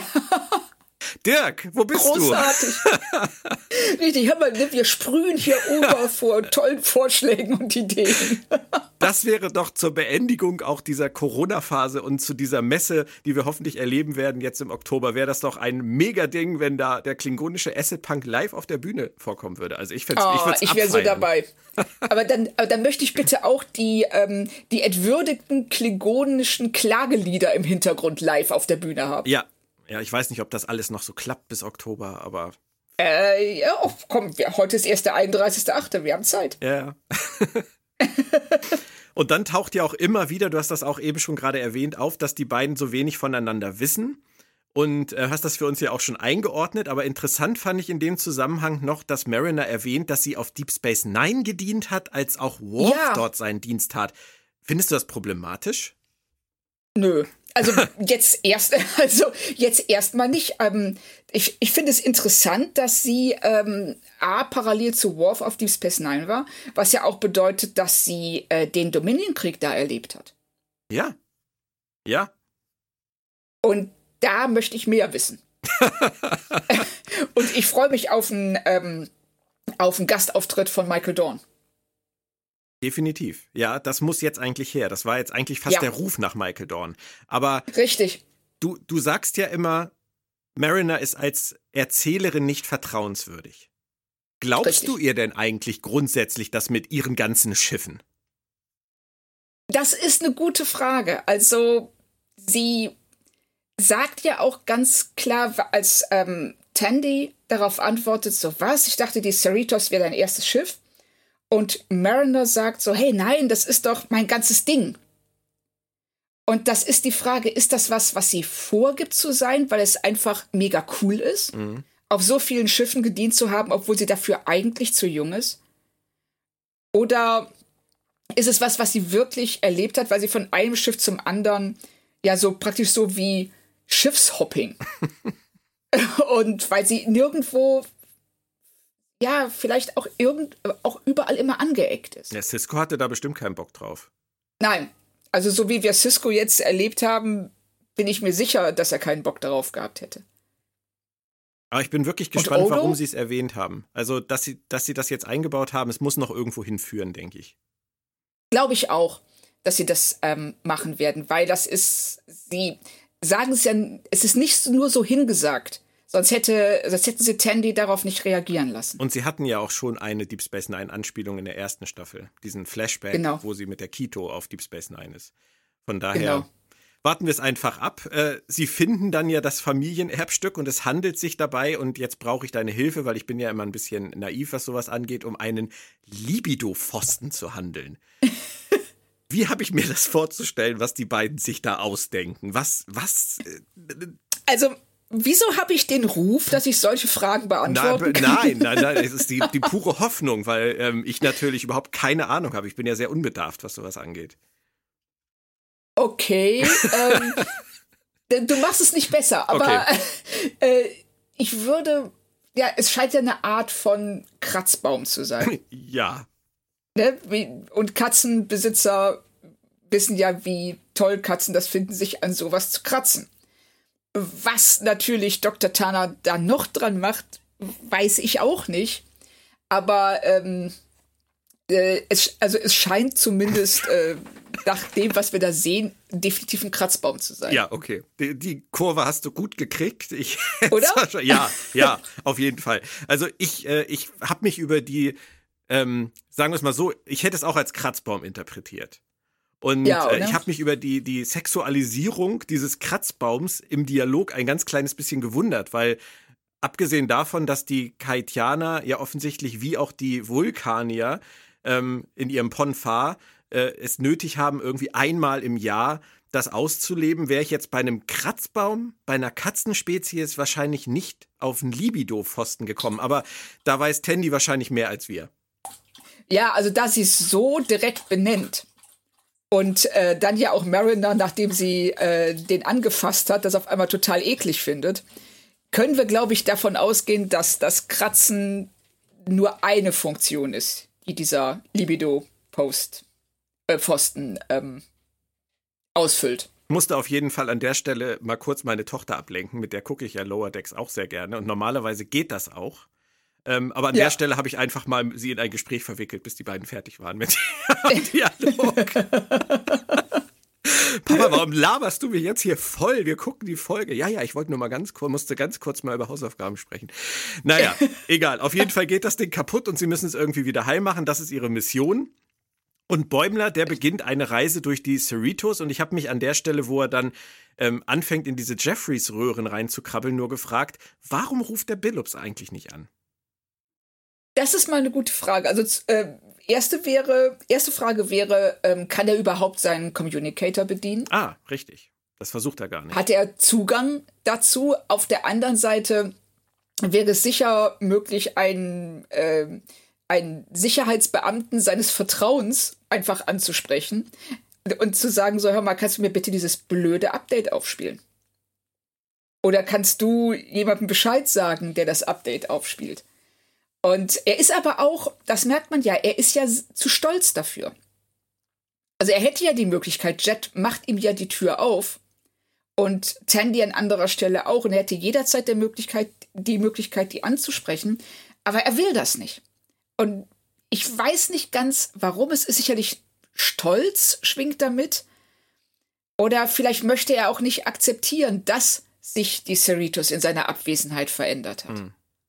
Dirk, wo bist Großartig. du? Richtig, hör mal, wir sprühen hier über vor tollen Vorschlägen und Ideen. Das wäre doch zur Beendigung auch dieser Corona-Phase und zu dieser Messe, die wir hoffentlich erleben werden jetzt im Oktober, wäre das doch ein Mega-Ding, wenn da der klingonische Acid Punk live auf der Bühne vorkommen würde. Also ich wäre so dabei. Aber dann möchte ich bitte auch die entwürdigten klingonischen Klagelieder im Hintergrund live auf der Bühne haben. Ja, ich weiß nicht, ob das alles noch so klappt bis Oktober, aber... Komm, heute ist erst der 31.8., wir haben Zeit. Ja. Und dann taucht ja auch immer wieder, du hast das auch eben schon gerade erwähnt, auf, dass die beiden so wenig voneinander wissen. Und hast das für uns ja auch schon eingeordnet. Aber interessant fand ich in dem Zusammenhang noch, dass Mariner erwähnt, dass sie auf Deep Space Nine gedient hat, als auch Worf dort seinen Dienst tat. Findest du das problematisch? Nö. Also jetzt erstmal nicht. Ich finde es interessant, dass sie parallel zu Worf auf Deep Space Nine war, was ja auch bedeutet, dass sie den Dominion-Krieg da erlebt hat. Ja. Ja. Und da möchte ich mehr wissen. Und ich freue mich auf einen Gastauftritt von Michael Dorn. Definitiv. Ja, das muss jetzt eigentlich her. Das war jetzt eigentlich fast der Ruf nach Michael Dorn. Aber richtig. Du sagst ja immer, Mariner ist als Erzählerin nicht vertrauenswürdig. Glaubst du ihr denn eigentlich grundsätzlich das mit ihren ganzen Schiffen? Das ist eine gute Frage. Also, sie sagt ja auch ganz klar, als Tandy darauf antwortet, so was, ich dachte, die Cerritos wäre dein erstes Schiff. Und Mariner sagt so, hey, nein, das ist doch mein ganzes Ding. Und das ist die Frage, ist das was sie vorgibt zu sein, weil es einfach mega cool ist, auf so vielen Schiffen gedient zu haben, obwohl sie dafür eigentlich zu jung ist? Oder ist es was sie wirklich erlebt hat, weil sie von einem Schiff zum anderen, ja, so praktisch so wie Schiffshopping. Und weil sie nirgendwo, ja, vielleicht auch überall immer angeeckt ist. Ja, Sisko hatte da bestimmt keinen Bock drauf. Nein. Also so wie wir Sisko jetzt erlebt haben, bin ich mir sicher, dass er keinen Bock darauf gehabt hätte. Aber ich bin wirklich gespannt, warum sie es erwähnt haben. Also, dass sie das jetzt eingebaut haben, es muss noch irgendwo hinführen, denke ich. Glaube ich auch, dass sie das machen werden, weil sie sagen es ja, es ist nicht nur so hingesagt, sonst hätten sie Tandy darauf nicht reagieren lassen. Und sie hatten ja auch schon eine Deep Space Nine Anspielung in der ersten Staffel, diesen Flashback, wo sie mit der Kito auf Deep Space Nine ist. Von daher warten wir es einfach ab. Sie finden dann ja das Familienerbstück und es handelt sich dabei, und jetzt brauche ich deine Hilfe, weil ich bin ja immer ein bisschen naiv, was sowas angeht, um einen Libido-Pfosten zu handeln. Wie habe ich mir das vorzustellen, was die beiden sich da ausdenken? Also, wieso habe ich den Ruf, dass ich solche Fragen beantworten kann? Nein, es ist die pure Hoffnung, weil ich natürlich überhaupt keine Ahnung habe. Ich bin ja sehr unbedarft, was sowas angeht. Okay, du machst es nicht besser, aber ich würde, ja, es scheint ja eine Art von Kratzbaum zu sein. Ja. Ne? Und Katzenbesitzer wissen ja, wie toll Katzen das finden, sich an sowas zu kratzen. Was natürlich Dr. Tanner da noch dran macht, weiß ich auch nicht. Aber es scheint zumindest nach dem, was wir da sehen, definitiv ein Kratzbaum zu sein. Ja, okay. Die Kurve hast du gut gekriegt. Oder? Ja, auf jeden Fall. Also ich habe mich über die, sagen wir es mal so, ich hätte es auch als Kratzbaum interpretiert. Und ich habe mich über die Sexualisierung dieses Kratzbaums im Dialog ein ganz kleines bisschen gewundert, weil abgesehen davon, dass die Kaitianer ja offensichtlich wie auch die Vulkanier in ihrem Pon-farr es nötig haben, irgendwie einmal im Jahr das auszuleben, wäre ich jetzt bei einem Kratzbaum, bei einer Katzenspezies wahrscheinlich nicht auf einen Libido-Pfosten gekommen. Aber da weiß Tandy wahrscheinlich mehr als wir. Ja, also da sie es so direkt benennt und dann ja auch Mariner, nachdem sie den angefasst hat, das auf einmal total eklig findet, können wir, glaube ich, davon ausgehen, dass das Kratzen nur eine Funktion ist, die dieser Libido-Pfosten ausfüllt. Ich musste auf jeden Fall an der Stelle mal kurz meine Tochter ablenken, mit der gucke ich ja Lower Decks auch sehr gerne und normalerweise geht das auch. Aber an der Stelle habe ich einfach mal sie in ein Gespräch verwickelt, bis die beiden fertig waren mit dem Dialog. Papa, warum laberst du mich jetzt hier voll? Wir gucken die Folge. Ja, ich wollte nur mal musste ganz kurz mal über Hausaufgaben sprechen. Naja, egal. Auf jeden Fall geht das Ding kaputt und sie müssen es irgendwie wieder heil machen. Das ist ihre Mission. Und Bäumler, der beginnt eine Reise durch die Cerritos und ich habe mich an der Stelle, wo er dann anfängt, in diese Jeffreys-Röhren reinzukrabbeln, nur gefragt, warum ruft der Billups eigentlich nicht an? Das ist mal eine gute Frage. Also erste Frage wäre, kann er überhaupt seinen Communicator bedienen? Ah, richtig. Das versucht er gar nicht. Hat er Zugang dazu? Auf der anderen Seite wäre es sicher möglich, einen Sicherheitsbeamten seines Vertrauens einfach anzusprechen und zu sagen, so, hör mal, kannst du mir bitte dieses blöde Update aufspielen? Oder kannst du jemandem Bescheid sagen, der das Update aufspielt? Und er ist aber auch, das merkt man ja, er ist ja zu stolz dafür. Also er hätte ja die Möglichkeit, Jet macht ihm ja die Tür auf Und Tandy an anderer Stelle auch. Und er hätte jederzeit die Möglichkeit, die anzusprechen. Aber er will das nicht. Und ich weiß nicht ganz, warum. Es ist sicherlich Stolz, schwingt damit. Oder vielleicht möchte er auch nicht akzeptieren, dass sich die Cerritos in seiner Abwesenheit verändert hat.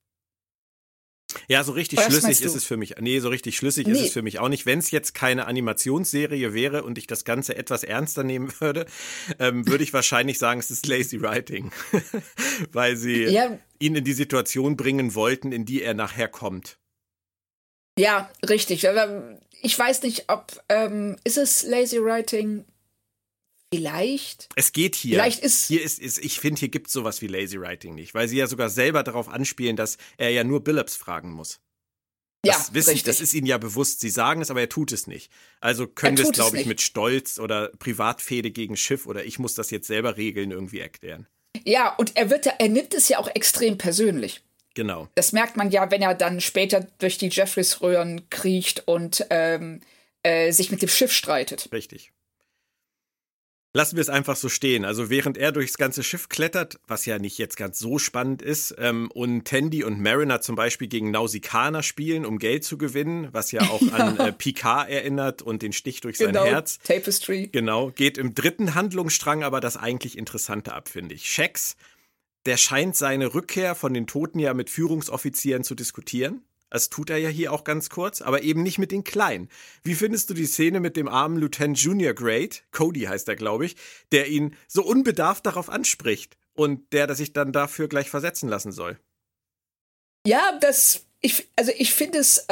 Ja, so richtig schlüssig ist es für mich. Nee, so richtig schlüssig ist es für mich auch nicht. Wenn es jetzt keine Animationsserie wäre und ich das Ganze etwas ernster nehmen würde, würde ich wahrscheinlich sagen, es ist Lazy Writing. Weil sie ihn in die Situation bringen wollten, in die er nachher kommt. Ja, richtig. Ich weiß nicht, ob ist es Lazy Writing? Vielleicht. Es geht hier. Vielleicht ist ich finde, hier gibt es sowas wie Lazy Writing nicht, weil sie ja sogar selber darauf anspielen, dass er ja nur Billups fragen muss. Das ist ihnen ja bewusst. Sie sagen es, aber er tut es nicht. Also können wir es, glaube ich, mit Stolz oder Privatfehde gegen Schiff oder ich muss das jetzt selber regeln irgendwie erklären. Ja, und er nimmt es ja auch extrem persönlich. Genau. Das merkt man ja, wenn er dann später durch die Jeffries-Röhren kriecht und sich mit dem Schiff streitet. Richtig. Lassen wir es einfach so stehen. Also während er durchs ganze Schiff klettert, was ja nicht jetzt ganz so spannend ist, und Tandy und Mariner zum Beispiel gegen Nausikaner spielen, um Geld zu gewinnen, was ja auch an Picard erinnert und den Stich durch sein Herz. Tapestry. Genau, geht im dritten Handlungsstrang aber das eigentlich Interessante ab, finde ich. Shax, der scheint seine Rückkehr von den Toten ja mit Führungsoffizieren zu diskutieren. Das tut er ja hier auch ganz kurz, aber eben nicht mit den Kleinen. Wie findest du die Szene mit dem armen Lieutenant Junior Grade, Cody heißt er, glaube ich, der ihn so unbedarft darauf anspricht und der sich dann dafür gleich versetzen lassen soll? Ja, ich finde es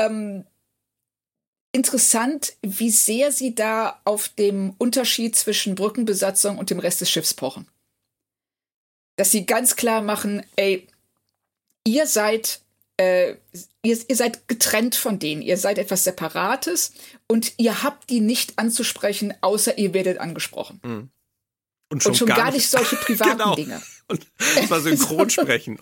interessant, wie sehr sie da auf dem Unterschied zwischen Brückenbesatzung und dem Rest des Schiffs pochen. Dass sie ganz klar machen, ey, ihr seid getrennt von denen, ihr seid etwas Separates und ihr habt die nicht anzusprechen, außer ihr werdet angesprochen. Mhm. Und schon gar nicht solche privaten genau. Dinge. Und zwar synchron sprechen.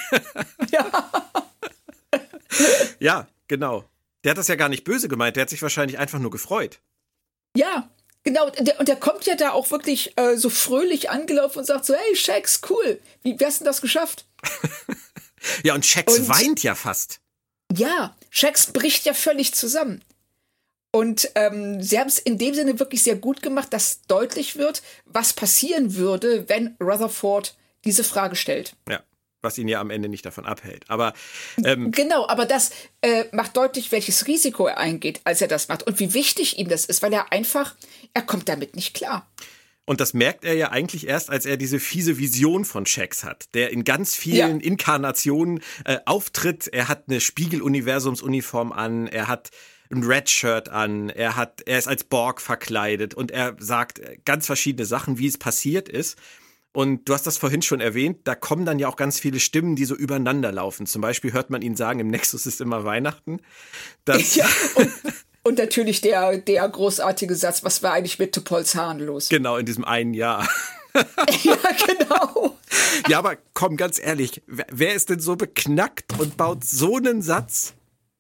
Ja, genau. Der hat das ja gar nicht böse gemeint, der hat sich wahrscheinlich einfach nur gefreut. Ja, genau. Und der kommt ja da auch wirklich so fröhlich angelaufen und sagt so, hey, Shax, cool, wie hast du das geschafft? Ja, und Shax weint ja fast. Ja, Shax bricht ja völlig zusammen. Und sie haben es in dem Sinne wirklich sehr gut gemacht, dass deutlich wird, was passieren würde, wenn Rutherford diese Frage stellt. Ja, was ihn ja am Ende nicht davon abhält. Aber genau, aber das macht deutlich, welches Risiko er eingeht, als er das macht. Und wie wichtig ihm das ist, weil er kommt damit nicht klar. Und das merkt er ja eigentlich erst, als er diese fiese Vision von Shax hat, der in ganz vielen Inkarnationen auftritt. Er hat eine Spiegel-Universums-Uniform an, er hat ein Red-Shirt an, er ist als Borg verkleidet und er sagt ganz verschiedene Sachen, wie es passiert ist. Und du hast das vorhin schon erwähnt, da kommen dann ja auch ganz viele Stimmen, die so übereinander laufen. Zum Beispiel hört man ihn sagen, im Nexus ist immer Weihnachten. Ja, und natürlich der großartige Satz, was war eigentlich mit T'Pols Haaren los? Genau, in diesem einen Jahr. Ja, genau. Ja, aber komm, ganz ehrlich, wer ist denn so beknackt und baut so einen Satz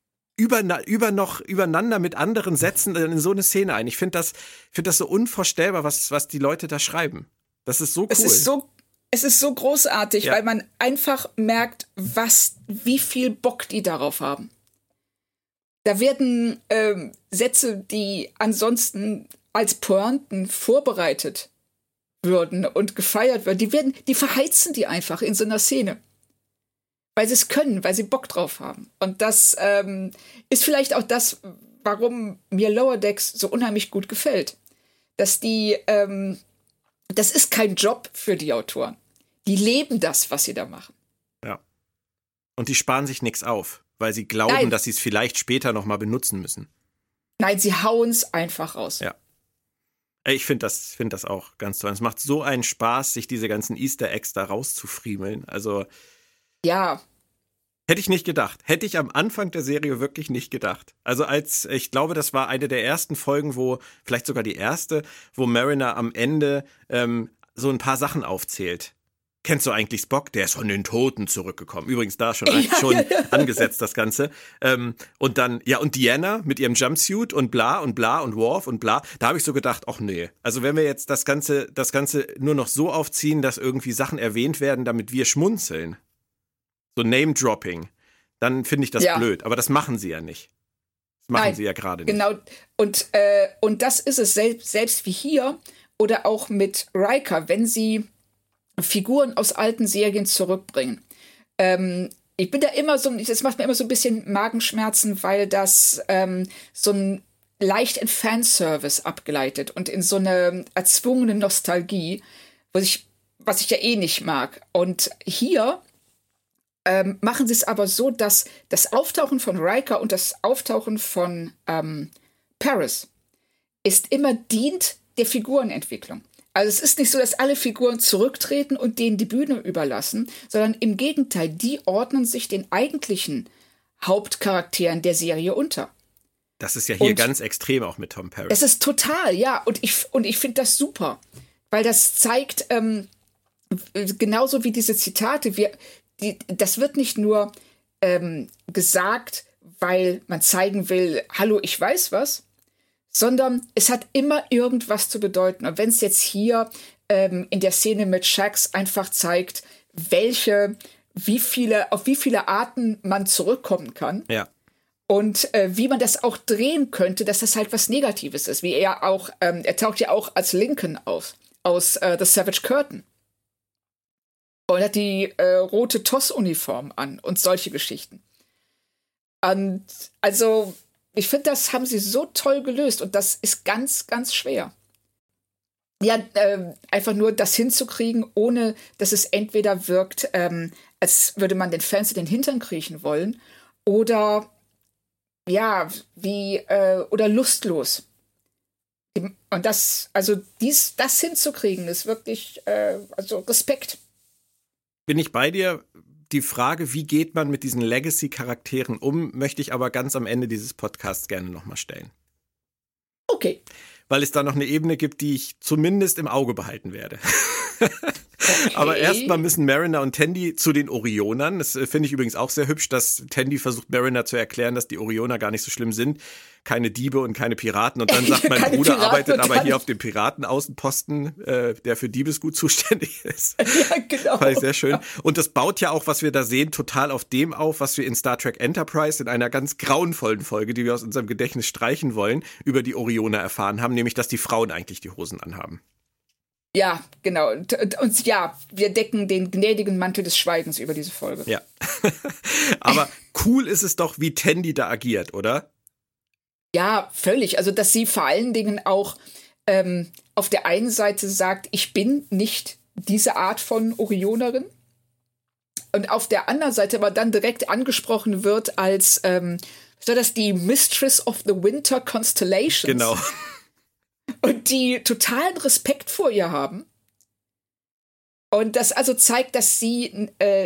übereinander mit anderen Sätzen in so eine Szene ein? Ich finde das so unvorstellbar, was die Leute da schreiben. Das ist so cool. Es ist so großartig, weil man einfach merkt, wie viel Bock die darauf haben. Da werden Sätze, die ansonsten als Pointen vorbereitet würden und gefeiert würden, die verheizen die einfach in so einer Szene. Weil sie es können, weil sie Bock drauf haben. Und das ist vielleicht auch das, warum mir Lower Decks so unheimlich gut gefällt. Dass das ist kein Job für die Autoren. Die leben das, was sie da machen. Ja. Und die sparen sich nichts auf, weil sie glauben, dass sie es vielleicht später nochmal benutzen müssen. Nein, sie hauen es einfach raus. Ja. Ich finde das auch ganz toll. Es macht so einen Spaß, sich diese ganzen Easter Eggs da rauszufriemeln. Also ja. Hätte ich nicht gedacht. Hätte ich am Anfang der Serie wirklich nicht gedacht. Also ich glaube, das war eine der ersten Folgen, vielleicht sogar die erste, wo Mariner am Ende so ein paar Sachen aufzählt. kennst du eigentlich Spock? Der ist von den Toten zurückgekommen. Übrigens da schon angesetzt, das Ganze. Und dann, ja, und Deanna mit ihrem Jumpsuit und bla und Worf und bla. Da habe ich so gedacht, ach nee. Also wenn wir jetzt das Ganze nur noch so aufziehen, dass irgendwie Sachen erwähnt werden, damit wir schmunzeln. So Name-Dropping. Dann finde ich das blöd. Aber das machen sie ja nicht. Das machen sie ja gerade nicht. Genau. Und das ist es selbst wie hier oder auch mit Riker, wenn sie Figuren aus alten Serien zurückbringen. Ich bin da immer das macht mir immer so ein bisschen Magenschmerzen, weil das so ein leicht in Fanservice abgleitet und in so eine erzwungene Nostalgie, was ich ja eh nicht mag. Und hier machen sie es aber so, dass das Auftauchen von Riker und das Auftauchen von Paris dient der Figurenentwicklung. Also es ist nicht so, dass alle Figuren zurücktreten und denen die Bühne überlassen, sondern im Gegenteil, die ordnen sich den eigentlichen Hauptcharakteren der Serie unter. Das ist ja hier ganz extrem auch mit Tom Paris. Es ist total, ja. Und ich finde das super, weil das zeigt, genauso wie diese Zitate, das wird nicht nur gesagt, weil man zeigen will, hallo, ich weiß was, sondern es hat immer irgendwas zu bedeuten. Und wenn es jetzt hier in der Szene mit Shax einfach zeigt, auf wie viele Arten man zurückkommen kann. Ja. Und wie man das auch drehen könnte, dass das halt was Negatives ist. Wie er taucht ja auch als Lincoln auf, aus The Savage Curtain. Und hat die rote TOS-Uniform an und solche Geschichten. Und also, ich finde, das haben sie so toll gelöst und das ist ganz, ganz schwer. Ja, einfach nur das hinzukriegen, ohne dass es entweder wirkt, als würde man den Fans in den Hintern kriechen wollen oder oder lustlos. Und das hinzukriegen, ist wirklich, Respekt. Bin ich bei dir? Die Frage, wie geht man mit diesen Legacy-Charakteren um, möchte ich aber ganz am Ende dieses Podcasts gerne nochmal stellen. Okay. Weil es da noch eine Ebene gibt, die ich zumindest im Auge behalten werde. Okay. Aber erstmal müssen Mariner und Tandy zu den Orionern. Das finde ich übrigens auch sehr hübsch, dass Tandy versucht, Mariner zu erklären, dass die Orioner gar nicht so schlimm sind. Keine Diebe und keine Piraten. Und dann sagt, mein Bruder arbeitet aber hier auf dem Piratenaußenposten, der für Diebesgut zuständig ist. Ja, genau. Fand ich sehr schön. Und das baut ja auch, was wir da sehen, total auf dem auf, was wir in Star Trek Enterprise in einer ganz grauenvollen Folge, die wir aus unserem Gedächtnis streichen wollen, über die Orioner erfahren haben, nämlich, dass die Frauen eigentlich die Hosen anhaben. Ja, genau. Und ja, wir decken den gnädigen Mantel des Schweigens über diese Folge. Ja. Aber cool ist es doch, wie Tandy da agiert, oder? Ja, völlig. Also, dass sie vor allen Dingen auch auf der einen Seite sagt, ich bin nicht diese Art von Orionerin. Und auf der anderen Seite aber dann direkt angesprochen wird als so dass die Mistress of the Winter Constellations. Genau. Und die totalen Respekt vor ihr haben. Und das also zeigt, dass sie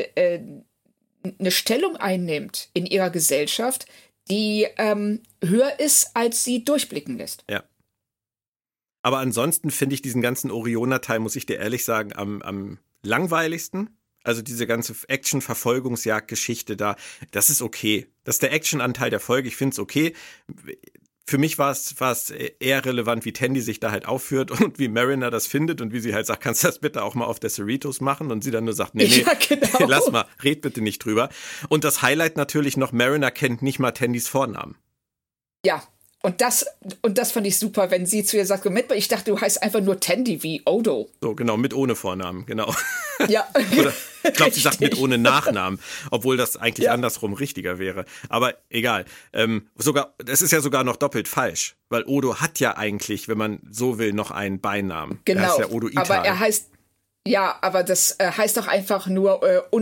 eine Stellung einnimmt in ihrer Gesellschaft, die höher ist, als sie durchblicken lässt. Ja. Aber ansonsten finde ich diesen ganzen Orioner-Teil, muss ich dir ehrlich sagen, am langweiligsten. Also diese ganze Action-Verfolgungsjagd-Geschichte da, das ist okay. Das ist der Action-Anteil der Folge, ich finde es okay. Für mich war es eher relevant, wie Tandy sich da halt aufführt und wie Mariner das findet und wie sie halt sagt, kannst du das bitte auch mal auf der Cerritos machen? Und sie dann nur sagt, nee, ja, genau. Lass mal, red bitte nicht drüber. Und das Highlight natürlich noch, Mariner kennt nicht mal Tandys Vornamen. Ja, und das fand ich super, wenn sie zu ihr sagt, Moment mal, ich dachte, du heißt einfach nur Tandy wie Odo. So, genau, mit ohne Vornamen, genau. Ja. Oder ich glaube, sie sagt mit ohne Nachnamen, obwohl das eigentlich andersrum richtiger wäre. Aber egal. Es ist ja sogar noch doppelt falsch, weil Odo hat ja eigentlich, wenn man so will, noch einen Beinamen. Genau, er heißt ja Odo Ital. Aber er heißt, aber das heißt doch einfach nur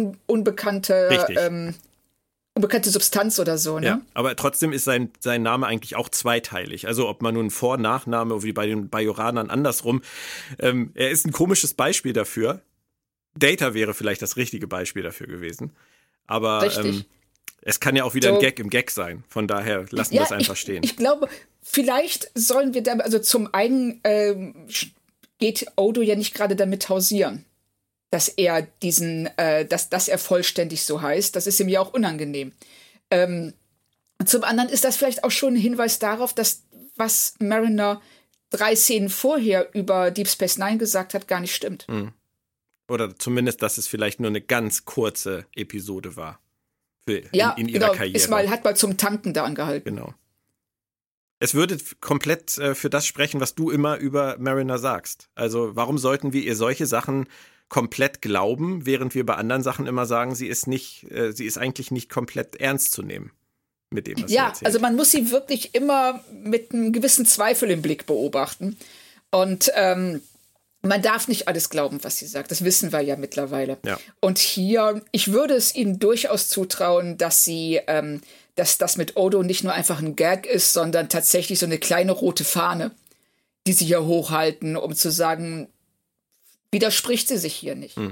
unbekannte Substanz oder so, ne? Ja, aber trotzdem ist sein Name eigentlich auch zweiteilig. Also ob man nun Vor- und Nachname, wie bei den Bajoranern andersrum. Er ist ein komisches Beispiel dafür. Data wäre vielleicht das richtige Beispiel dafür gewesen. Aber es kann ja auch wieder ein Gag im Gag sein. Von daher lassen wir es einfach stehen. Ich glaube, vielleicht sollen wir also zum einen geht Odo ja nicht gerade damit hausieren, dass er dass er vollständig so heißt. Das ist ihm ja auch unangenehm. Zum anderen ist das vielleicht auch schon ein Hinweis darauf, dass was Mariner 3 Szenen vorher über Deep Space Nine gesagt hat, gar nicht stimmt. Oder zumindest, dass es vielleicht nur eine ganz kurze Episode war. In ihrer Karriere. Hat mal zum Tanken da angehalten. Genau. Es würde komplett für das sprechen, was du immer über Mariner sagst. Also warum sollten wir ihr solche Sachen komplett glauben, während wir bei anderen Sachen immer sagen, sie ist eigentlich nicht komplett ernst zu nehmen mit dem, was sie erzählt. Also man muss sie wirklich immer mit einem gewissen Zweifel im Blick beobachten. Und man darf nicht alles glauben, was sie sagt. Das wissen wir ja mittlerweile. Ja. Und hier, ich würde es ihnen durchaus zutrauen, dass dass das mit Odo nicht nur einfach ein Gag ist, sondern tatsächlich so eine kleine rote Fahne, die sie hier hochhalten, um zu sagen, widerspricht sie sich hier nicht.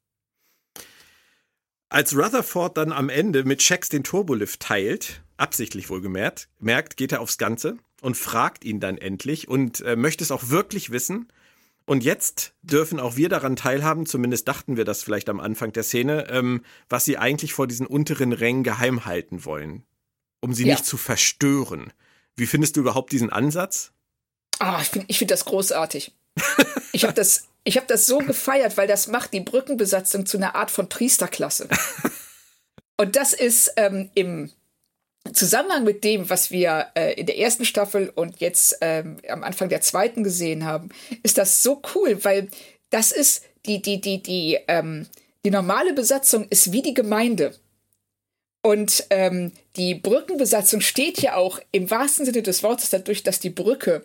Als Rutherford dann am Ende mit Shax den Turbolift teilt, absichtlich wohlgemerkt, geht er aufs Ganze und fragt ihn dann endlich und möchte es auch wirklich wissen. Und jetzt dürfen auch wir daran teilhaben, zumindest dachten wir das vielleicht am Anfang der Szene, was sie eigentlich vor diesen unteren Rängen geheim halten wollen, um sie nicht zu verstören. Wie findest du überhaupt diesen Ansatz? Ich finde das großartig. Ich habe das so gefeiert, weil das macht die Brückenbesatzung zu einer Art von Priesterklasse. Und das ist im Zusammenhang mit dem, was wir in der ersten Staffel und jetzt am Anfang der zweiten gesehen haben, ist das so cool, weil das ist die normale Besatzung ist wie die Gemeinde. Und die Brückenbesatzung steht ja auch im wahrsten Sinne des Wortes dadurch, dass die Brücke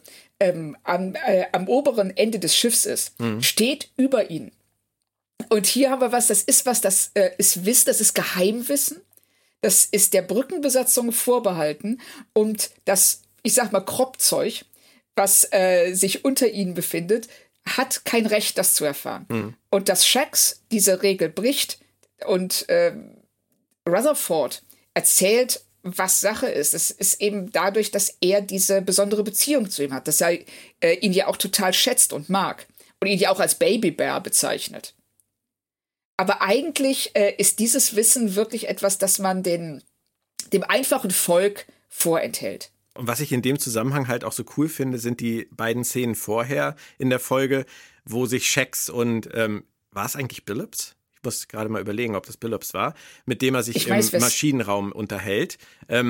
am oberen Ende des Schiffs ist, steht über ihnen. Und hier haben wir das ist Wissen, das ist Geheimwissen. Das ist der Brückenbesatzung vorbehalten und das, ich sag mal, Kropfzeug, was sich unter ihnen befindet, hat kein Recht, das zu erfahren. Und dass Shax diese Regel bricht und Rutherford erzählt, was Sache ist. Es ist eben dadurch, dass er diese besondere Beziehung zu ihm hat, dass er ihn ja auch total schätzt und mag und ihn ja auch als Babybear bezeichnet. Aber eigentlich ist dieses Wissen wirklich etwas, das man dem einfachen Volk vorenthält. Und was ich in dem Zusammenhang halt auch so cool finde, sind die beiden Szenen vorher in der Folge, wo sich Shax und, war es eigentlich Billups? Ich muss gerade mal überlegen, ob das Billups war, mit dem er sich im Maschinenraum unterhält.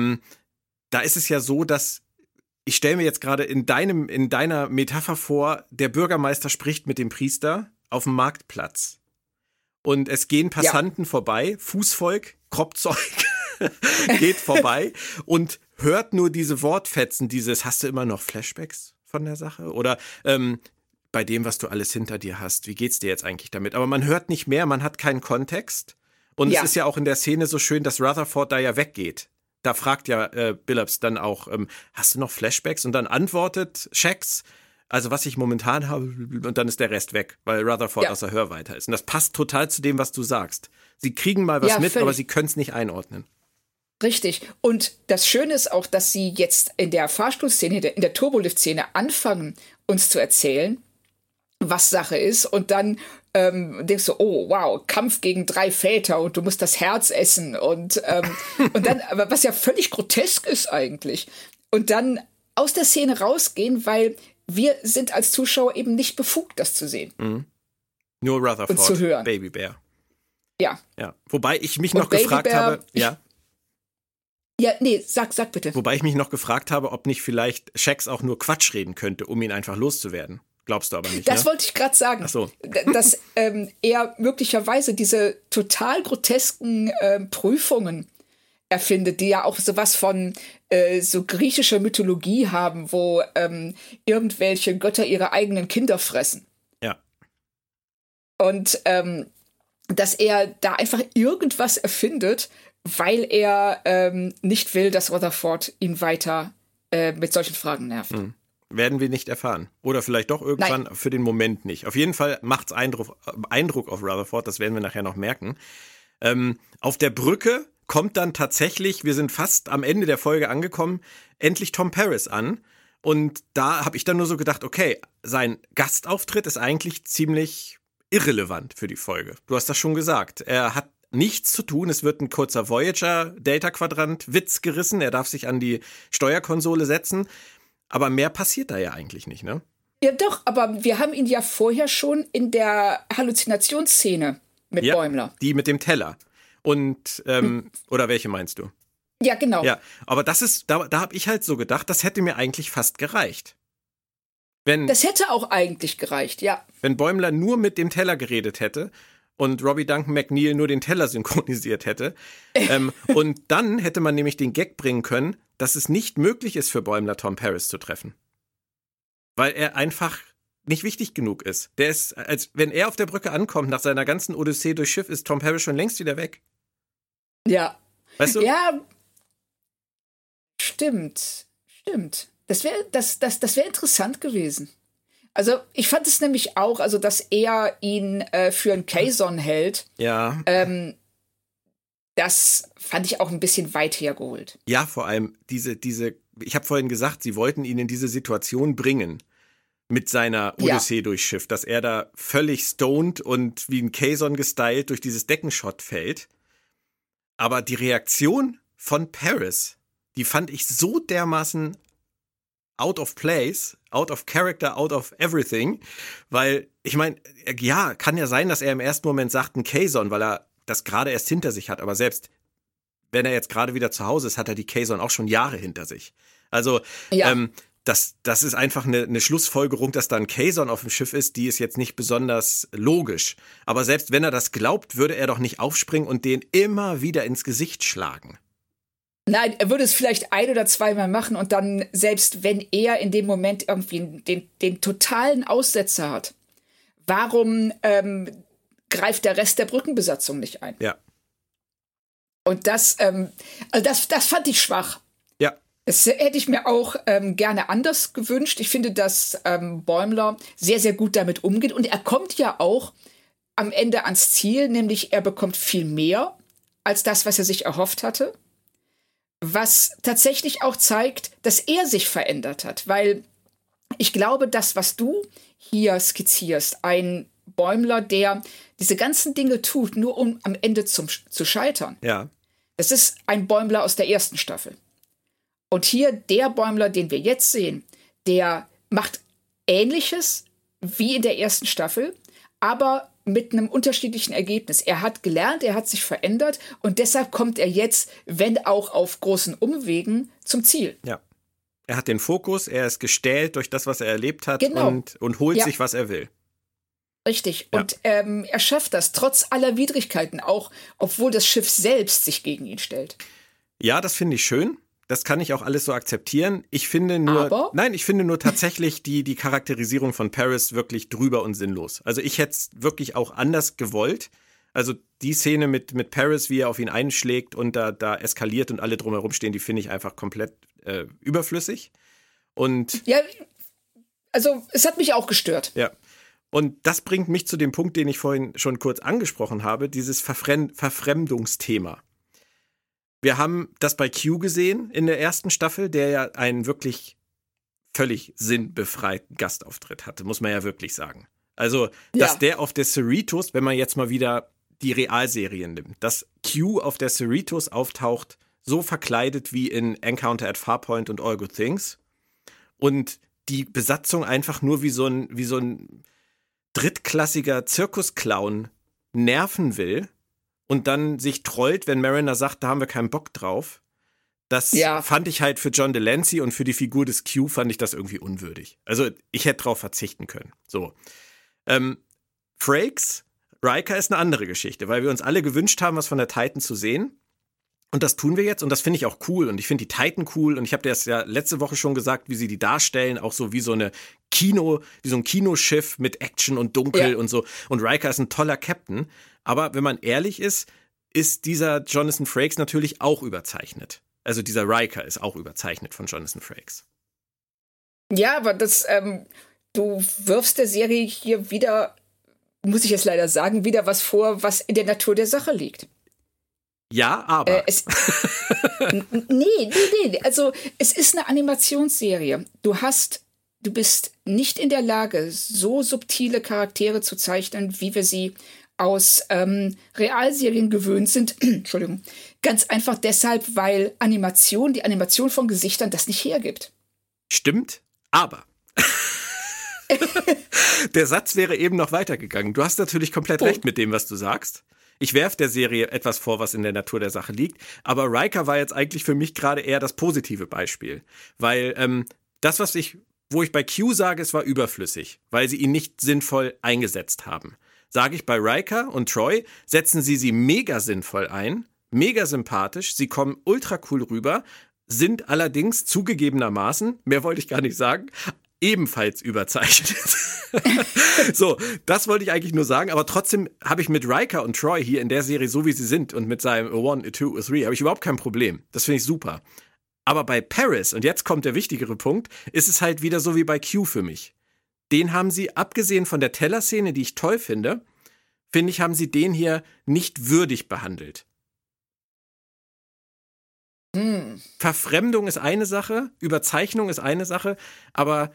Da ist es ja so, dass ich stelle mir jetzt gerade in deiner Metapher vor, der Bürgermeister spricht mit dem Priester auf dem Marktplatz. Und es gehen Passanten vorbei, Fußvolk, Kropfzeug geht vorbei und hört nur diese Wortfetzen, hast du immer noch Flashbacks von der Sache? Oder bei dem, was du alles hinter dir hast, wie geht's dir jetzt eigentlich damit? Aber man hört nicht mehr, man hat keinen Kontext. Und es ist ja auch in der Szene so schön, dass Rutherford da ja weggeht. Da fragt ja Billups dann auch, hast du noch Flashbacks? Und dann antwortet Shax, also was ich momentan habe, und dann ist der Rest weg, weil Rutherford außer Hörweite ist. Und das passt total zu dem, was du sagst. Sie kriegen mal was mit, völlig. Aber sie können es nicht einordnen. Richtig. Und das Schöne ist auch, dass sie jetzt in der Fahrstuhlszene, in der Turbolift-Szene anfangen, uns zu erzählen, was Sache ist. Und dann denkst du, oh, wow, Kampf gegen 3 Väter und du musst das Herz essen. Und dann, aber was ja völlig grotesk ist eigentlich. Und dann aus der Szene rausgehen, weil wir sind als Zuschauer eben nicht befugt, das zu sehen. Nur Rutherford, und zu hören. Babybear. Ja. Wobei ich mich noch gefragt habe, Ja, nee, sag bitte. Wobei ich mich noch gefragt habe, ob nicht vielleicht Shax auch nur Quatsch reden könnte, um ihn einfach loszuwerden. Glaubst du aber nicht, Das wollte ich gerade sagen. Ach so. Dass er möglicherweise diese total grotesken Prüfungen erfindet, die ja auch sowas von so griechischer Mythologie haben, wo irgendwelche Götter ihre eigenen Kinder fressen. Ja. Und dass er da einfach irgendwas erfindet, weil er nicht will, dass Rutherford ihn weiter mit solchen Fragen nervt. Werden wir nicht erfahren. Oder vielleicht doch irgendwann. Nein. Für den Moment nicht. Auf jeden Fall macht's Eindruck auf Rutherford, das werden wir nachher noch merken. Auf der Brücke kommt dann tatsächlich, wir sind fast am Ende der Folge angekommen, endlich Tom Paris an. Und da habe ich dann nur so gedacht, okay, sein Gastauftritt ist eigentlich ziemlich irrelevant für die Folge. Du hast das schon gesagt. Er hat nichts zu tun. Es wird ein kurzer Voyager-Delta-Quadrant-Witz gerissen. Er darf sich an die Steuerkonsole setzen. Aber mehr passiert da ja eigentlich nicht, ne? Ja, doch, aber wir haben ihn ja vorher schon in der Halluzinationsszene mit Bäumler. Die mit dem Teller. Und, oder welche meinst du? Ja, genau. Ja, aber das ist, da habe ich halt so gedacht, das hätte mir eigentlich fast gereicht. Das hätte auch eigentlich gereicht, ja. Wenn Bäumler nur mit dem Teller geredet hätte und Robbie Duncan McNeil nur den Teller synchronisiert hätte. Und dann hätte man nämlich den Gag bringen können, dass es nicht möglich ist für Bäumler, Tom Paris zu treffen. Weil er einfach nicht wichtig genug ist. Der ist, als wenn er auf der Brücke ankommt, nach seiner ganzen Odyssee durch Schiff, ist Tom Paris schon längst wieder weg. Ja. Weißt du? Ja. Stimmt. Das wär interessant gewesen. Also, ich fand es nämlich auch, also, dass er ihn für einen Kazon hält. Ja. Das fand ich auch ein bisschen weit hergeholt. Ja, vor allem ich habe vorhin gesagt, sie wollten ihn in diese Situation bringen mit seiner Odyssee durch Schiff, dass er da völlig stoned und wie ein Kazon gestylt durch dieses Deckenshot fällt. Aber die Reaktion von Paris, die fand ich so dermaßen out of place, out of character, out of everything, weil, ich meine, ja, kann ja sein, dass er im ersten Moment sagt, ein Kazon, weil er das gerade erst hinter sich hat, aber selbst wenn er jetzt gerade wieder zu Hause ist, hat er die Kazon auch schon Jahre hinter sich. Also, das ist einfach eine Schlussfolgerung, dass da ein Kazon auf dem Schiff ist, die ist jetzt nicht besonders logisch. Aber selbst wenn er das glaubt, würde er doch nicht aufspringen und den immer wieder ins Gesicht schlagen. Nein, er würde es vielleicht ein- oder zweimal machen und dann, selbst wenn er in dem Moment irgendwie den totalen Aussetzer hat, warum greift der Rest der Brückenbesatzung nicht ein? Ja. Und das fand ich schwach. Ja. Das hätte ich mir auch gerne anders gewünscht. Ich finde, dass Bäumler sehr, sehr gut damit umgeht. Und er kommt ja auch am Ende ans Ziel, nämlich er bekommt viel mehr als das, was er sich erhofft hatte. Was tatsächlich auch zeigt, dass er sich verändert hat. Weil ich glaube, das, was du hier skizzierst, ein Bäumler, der diese ganzen Dinge tut, nur um am Ende zu scheitern. Ja. Das ist ein Bäumler aus der ersten Staffel. Und hier der Bäumler, den wir jetzt sehen, der macht Ähnliches wie in der ersten Staffel, aber mit einem unterschiedlichen Ergebnis. Er hat gelernt, er hat sich verändert und deshalb kommt er jetzt, wenn auch auf großen Umwegen, zum Ziel. Ja. Er hat den Fokus, er ist gestählt durch das, was er erlebt hat, genau. und holt sich, was er will. Richtig. Ja. Und er schafft das trotz aller Widrigkeiten, auch obwohl das Schiff selbst sich gegen ihn stellt. Ja, das finde ich schön. Das kann ich auch alles so akzeptieren. Ich finde nur tatsächlich die Charakterisierung von Paris wirklich drüber und sinnlos. Also ich hätte es wirklich auch anders gewollt. Also die Szene mit Paris, wie er auf ihn einschlägt und da eskaliert und alle drumherum stehen, die finde ich einfach komplett überflüssig. Und ja, also es hat mich auch gestört. Ja. Und das bringt mich zu dem Punkt, den ich vorhin schon kurz angesprochen habe, dieses Verfremdungsthema. Wir haben das bei Q gesehen in der ersten Staffel, der ja einen wirklich völlig sinnbefreiten Gastauftritt hatte, muss man ja wirklich sagen. Also, dass der auf der Cerritos, wenn man jetzt mal wieder die Realserien nimmt, dass Q auf der Cerritos auftaucht, so verkleidet wie in Encounter at Farpoint und All Good Things und die Besatzung einfach nur wie so ein drittklassiger Zirkusclown nerven will und dann sich trollt, wenn Mariner sagt, da haben wir keinen Bock drauf. Das fand ich halt für John Delancey und für die Figur des Q fand ich das irgendwie unwürdig. Also ich hätte drauf verzichten können. So. Frakes, Riker ist eine andere Geschichte, weil wir uns alle gewünscht haben, was von der Titan zu sehen. Und das tun wir jetzt und das finde ich auch cool und ich finde die Titan cool und ich habe dir das ja letzte Woche schon gesagt, wie sie die darstellen, auch so wie so ein Kinoschiff mit Action und Dunkel und so. Und Riker ist ein toller Captain, aber wenn man ehrlich ist dieser Jonathan Frakes natürlich auch überzeichnet. Also dieser Riker ist auch überzeichnet von Jonathan Frakes. Ja, aber du wirfst der Serie hier wieder, muss ich jetzt leider sagen, wieder was vor, was in der Natur der Sache liegt. Ja, aber. Nee. Also, es ist eine Animationsserie. Du hast du bist nicht in der Lage, so subtile Charaktere zu zeichnen, wie wir sie aus Realserien gewöhnt sind. Entschuldigung. Ganz einfach deshalb, weil die Animation von Gesichtern das nicht hergibt. Stimmt, aber der Satz wäre eben noch weitergegangen. Du hast natürlich komplett recht mit dem, was du sagst. Ich werfe der Serie etwas vor, was in der Natur der Sache liegt. Aber Riker war jetzt eigentlich für mich gerade eher das positive Beispiel. Weil das, wo ich bei Q sage, es war überflüssig, weil sie ihn nicht sinnvoll eingesetzt haben. Sage ich bei Riker und Troy, setzen sie mega sinnvoll ein, mega sympathisch, sie kommen ultra cool rüber, sind allerdings zugegebenermaßen, mehr wollte ich gar nicht sagen, ebenfalls überzeichnet. So, das wollte ich eigentlich nur sagen, aber trotzdem habe ich mit Riker und Troy hier in der Serie, so wie sie sind, und mit seinem A 1, A 2, A 3, habe ich überhaupt kein Problem. Das finde ich super. Aber bei Paris, und jetzt kommt der wichtigere Punkt, ist es halt wieder so wie bei Q für mich. Den haben sie, abgesehen von der Teller-Szene, die ich toll finde ich, haben sie den hier nicht würdig behandelt. Verfremdung ist eine Sache, Überzeichnung ist eine Sache, aber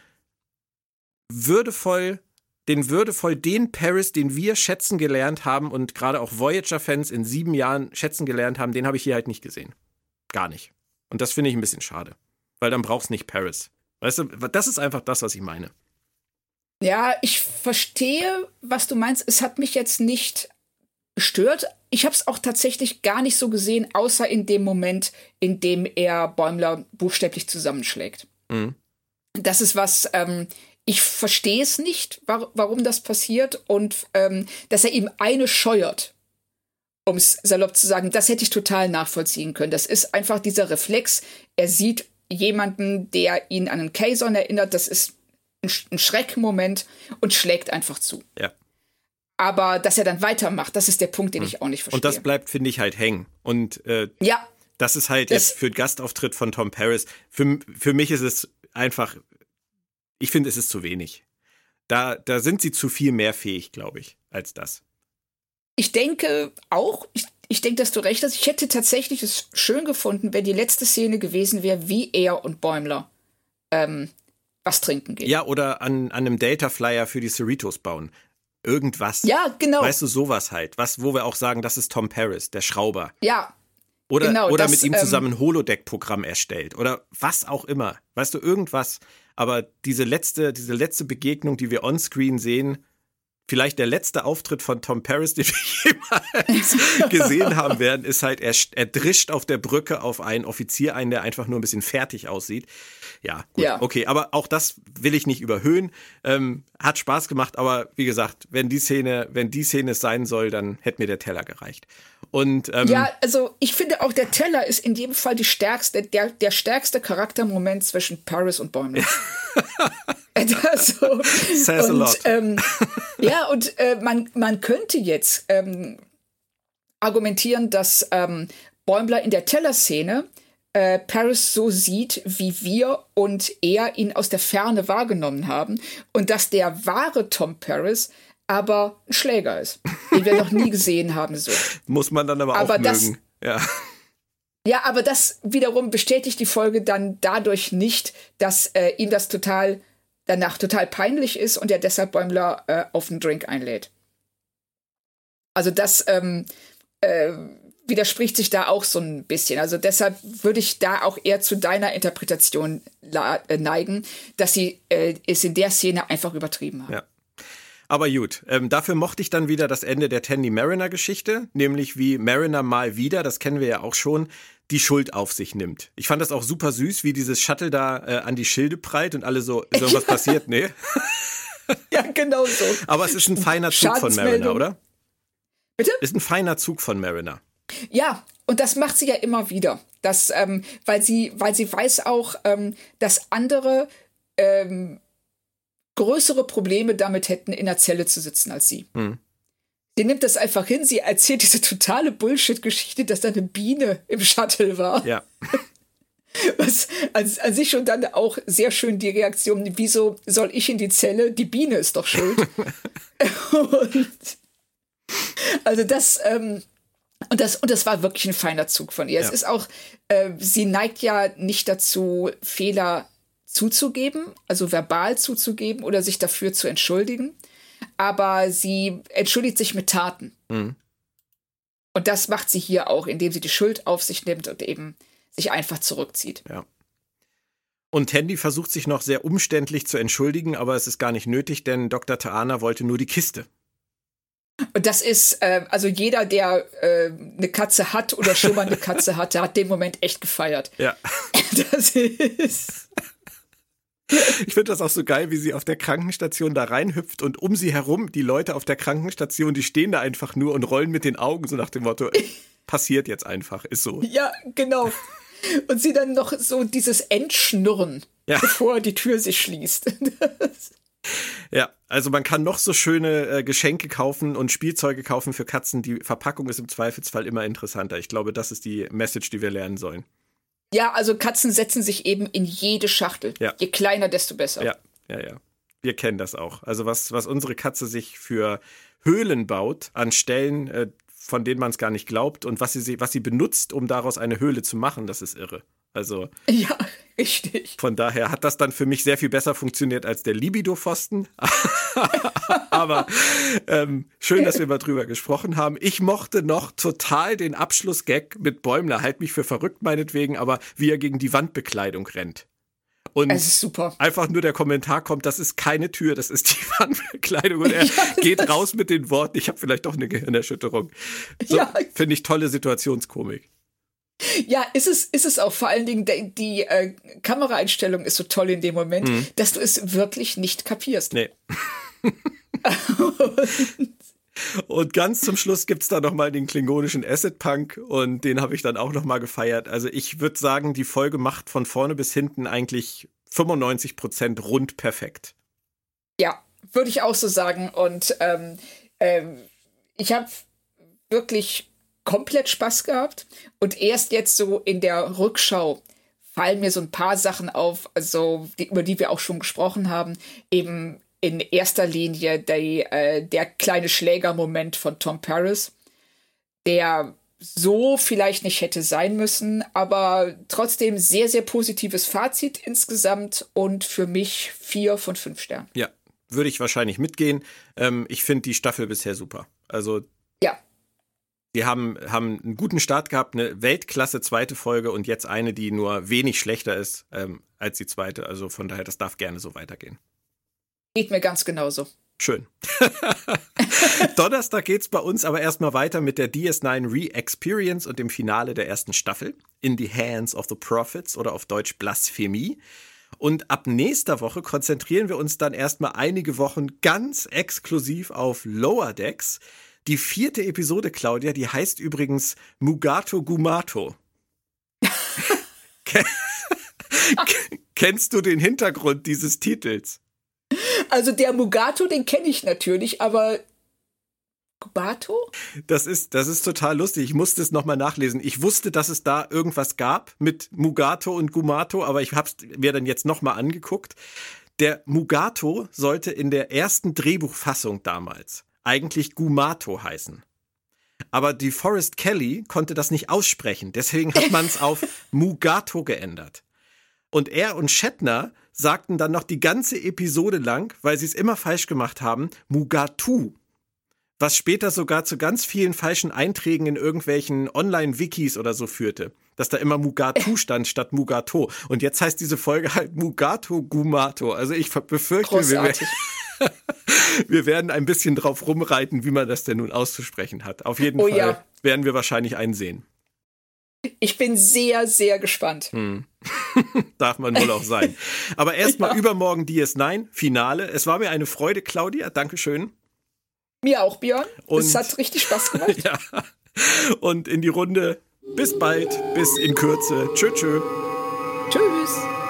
würdevoll den Paris, den wir schätzen gelernt haben und gerade auch Voyager-Fans in 7 Jahren schätzen gelernt haben, den habe ich hier halt nicht gesehen. Gar nicht. Und das finde ich ein bisschen schade, weil dann brauchst du nicht Paris. Weißt du, das ist einfach das, was ich meine. Ja, ich verstehe, was du meinst. Es hat mich jetzt nicht gestört. Ich habe es auch tatsächlich gar nicht so gesehen, außer in dem Moment, in dem er Bäumler buchstäblich zusammenschlägt. Mhm. Das ist was, ich verstehe es nicht, warum das passiert und dass er ihm eine scheuert, um es salopp zu sagen, das hätte ich total nachvollziehen können. Das ist einfach dieser Reflex. Er sieht jemanden, der ihn an einen Kazon erinnert. Das ist ein Schreckmoment und schlägt einfach zu. Ja. Aber dass er dann weitermacht, das ist der Punkt, den ich auch nicht verstehe. Und das bleibt, finde ich, halt hängen. Und ja, das ist halt jetzt für den Gastauftritt von Tom Paris. Für mich ist es einfach, ich finde, es ist zu wenig. Da sind sie zu viel mehr fähig, glaube ich, als das. Ich denke auch, ich denke, dass du recht hast. Ich hätte tatsächlich es schön gefunden, wenn die letzte Szene gewesen wäre, wie er und Bäumler was trinken gehen. Ja, oder an einem Delta-Flyer für die Cerritos bauen. Irgendwas. Ja, genau. Weißt du, sowas halt. Wo wir auch sagen, das ist Tom Paris, der Schrauber. Ja, oder, genau. Oder mit ihm zusammen ein Holodeck-Programm erstellt. Oder was auch immer. Weißt du, irgendwas. Aber diese letzte Begegnung, die wir onscreen sehen, vielleicht der letzte Auftritt von Tom Paris, den wir jemals gesehen haben werden, ist halt, er drischt auf der Brücke auf einen Offizier ein, der einfach nur ein bisschen fertig aussieht. Ja, gut, ja. Okay, aber auch das will ich nicht überhöhen. Hat Spaß gemacht, aber wie gesagt, wenn die Szene es sein soll, dann hätte mir der Teller gereicht. Und ja, also ich finde auch, der Teller ist in jedem Fall der stärkste Charaktermoment zwischen Paris und Bäumler. Also, says a lot. Ja, und man könnte jetzt argumentieren, dass Bäumler in der Teller-Szene Paris so sieht, wie wir und er ihn aus der Ferne wahrgenommen haben und dass der wahre Tom Paris aber ein Schläger ist, den wir noch nie gesehen haben. So. Muss man dann aber auch mögen. Ja, aber das wiederum bestätigt die Folge dann dadurch nicht, dass ihm das danach total peinlich ist und er deshalb Bäumler auf einen Drink einlädt. Also das widerspricht sich da auch so ein bisschen. Also deshalb würde ich da auch eher zu deiner Interpretation neigen, dass sie es in der Szene einfach übertrieben haben. Ja. Aber gut, dafür mochte ich dann wieder das Ende der Tandy Mariner-Geschichte, nämlich wie Mariner mal wieder, das kennen wir ja auch schon, die Schuld auf sich nimmt. Ich fand das auch super süß, wie dieses Shuttle da an die Schilde prallt und alle so, ist irgendwas passiert? Nee. Ja, genau so. Aber es ist ein feiner Zug von Mariner, oder? Bitte? Ist ein feiner Zug von Mariner. Ja, und das macht sie ja immer wieder. Das, weil sie weiß auch, dass andere größere Probleme damit hätten, in der Zelle zu sitzen als sie. Hm. Sie nimmt das einfach hin, sie erzählt diese totale Bullshit-Geschichte, dass da eine Biene im Shuttle war. Ja. Was an sich schon dann auch sehr schön die Reaktion, wieso soll ich in die Zelle? Die Biene ist doch schuld. Und also das war wirklich ein feiner Zug von ihr. Ja. Es ist auch, sie neigt ja nicht dazu, Fehler zuzugeben, also verbal zuzugeben oder sich dafür zu entschuldigen. Aber sie entschuldigt sich mit Taten. Mhm. Und das macht sie hier auch, indem sie die Schuld auf sich nimmt und eben sich einfach zurückzieht. Ja. Und Tandy versucht sich noch sehr umständlich zu entschuldigen, aber es ist gar nicht nötig, denn Dr. T'Ana wollte nur die Kiste. Und das ist, also jeder, der eine Katze hat oder schon mal eine Katze hatte, hat den Moment echt gefeiert. Ja. Das ist... Ich finde das auch so geil, wie sie auf der Krankenstation da reinhüpft und um sie herum, die Leute auf der Krankenstation, die stehen da einfach nur und rollen mit den Augen, so nach dem Motto, passiert jetzt einfach, ist so. Ja, genau. Und sie dann noch so dieses Endschnurren, bevor die Tür sich schließt. Ja, also man kann noch so schöne Geschenke kaufen und Spielzeuge kaufen für Katzen. Die Verpackung ist im Zweifelsfall immer interessanter. Ich glaube, das ist die Message, die wir lernen sollen. Ja, also Katzen setzen sich eben in jede Schachtel. Ja. Je kleiner, desto besser. Ja. Wir kennen das auch. Also was unsere Katze sich für Höhlen baut an Stellen, von denen man es gar nicht glaubt und was sie benutzt, um daraus eine Höhle zu machen, das ist irre. Also ja, richtig. Von daher hat das dann für mich sehr viel besser funktioniert als der Libido-Pfosten. Aber schön, dass wir mal drüber gesprochen haben. Ich mochte noch total den Abschlussgag mit Bäumler. Halt mich für verrückt meinetwegen, aber wie er gegen die Wandbekleidung rennt. Und es ist super. Einfach nur der Kommentar kommt, das ist keine Tür, das ist die Wandbekleidung. Und er geht raus mit den Worten, ich habe vielleicht doch eine Gehirnerschütterung. So, finde ich tolle Situationskomik. Ja, ist es auch. Vor allen Dingen, die Kameraeinstellung ist so toll in dem Moment, dass du es wirklich nicht kapierst. Nee. Und ganz zum Schluss gibt's da nochmal den klingonischen Acid Punk und den habe ich dann auch nochmal gefeiert. Also ich würde sagen, die Folge macht von vorne bis hinten eigentlich 95% rund perfekt. Ja, würde ich auch so sagen. Und ich habe wirklich komplett Spaß gehabt. Und erst jetzt so in der Rückschau fallen mir so ein paar Sachen auf, also über die wir auch schon gesprochen haben, eben in erster Linie der kleine Schlägermoment von Tom Paris, der so vielleicht nicht hätte sein müssen, aber trotzdem sehr, sehr positives Fazit insgesamt und für mich 4 von 5 Sternen. Ja, würde ich wahrscheinlich mitgehen. Ich finde die Staffel bisher super. Also ja. Die haben einen guten Start gehabt, eine Weltklasse zweite Folge und jetzt eine, die nur wenig schlechter ist als die zweite. Also von daher, das darf gerne so weitergehen. Geht mir ganz genauso. Schön. Donnerstag geht's bei uns aber erstmal weiter mit der DS9 Re-Experience und dem Finale der ersten Staffel. In the Hands of the Prophets oder auf Deutsch Blasphemie. Und ab nächster Woche konzentrieren wir uns dann erstmal einige Wochen ganz exklusiv auf Lower Decks. Die 4. Episode, Claudia, die heißt übrigens Mugato Gumato. Kennst du den Hintergrund dieses Titels? Also der Mugato, den kenne ich natürlich, aber Gumato? Das ist total lustig. Ich musste es nochmal nachlesen. Ich wusste, dass es da irgendwas gab mit Mugato und Gumato, aber ich habe es mir dann jetzt nochmal angeguckt. Der Mugato sollte in der ersten Drehbuchfassung damals eigentlich Gumato heißen. Aber die Forrest Kelly konnte das nicht aussprechen. Deswegen hat man es auf Mugato geändert. Und er und Shatner sagten dann noch die ganze Episode lang, weil sie es immer falsch gemacht haben, Mugatu. Was später sogar zu ganz vielen falschen Einträgen in irgendwelchen Online-Wikis oder so führte. Dass da immer Mugatu stand statt Mugato. Und jetzt heißt diese Folge halt Mugato Gumato. Also ich befürchte, wir werden ein bisschen drauf rumreiten, wie man das denn nun auszusprechen hat. Auf jeden Fall werden wir wahrscheinlich einen sehen. Ich bin sehr, sehr gespannt. Darf man wohl auch sein. Aber erstmal übermorgen DS9, Finale. Es war mir eine Freude, Claudia. Dankeschön. Mir auch, Björn. Es hat richtig Spaß gemacht. Ja. Und in die Runde. Bis bald. Bis in Kürze. Tschö, tschö. Tschüss.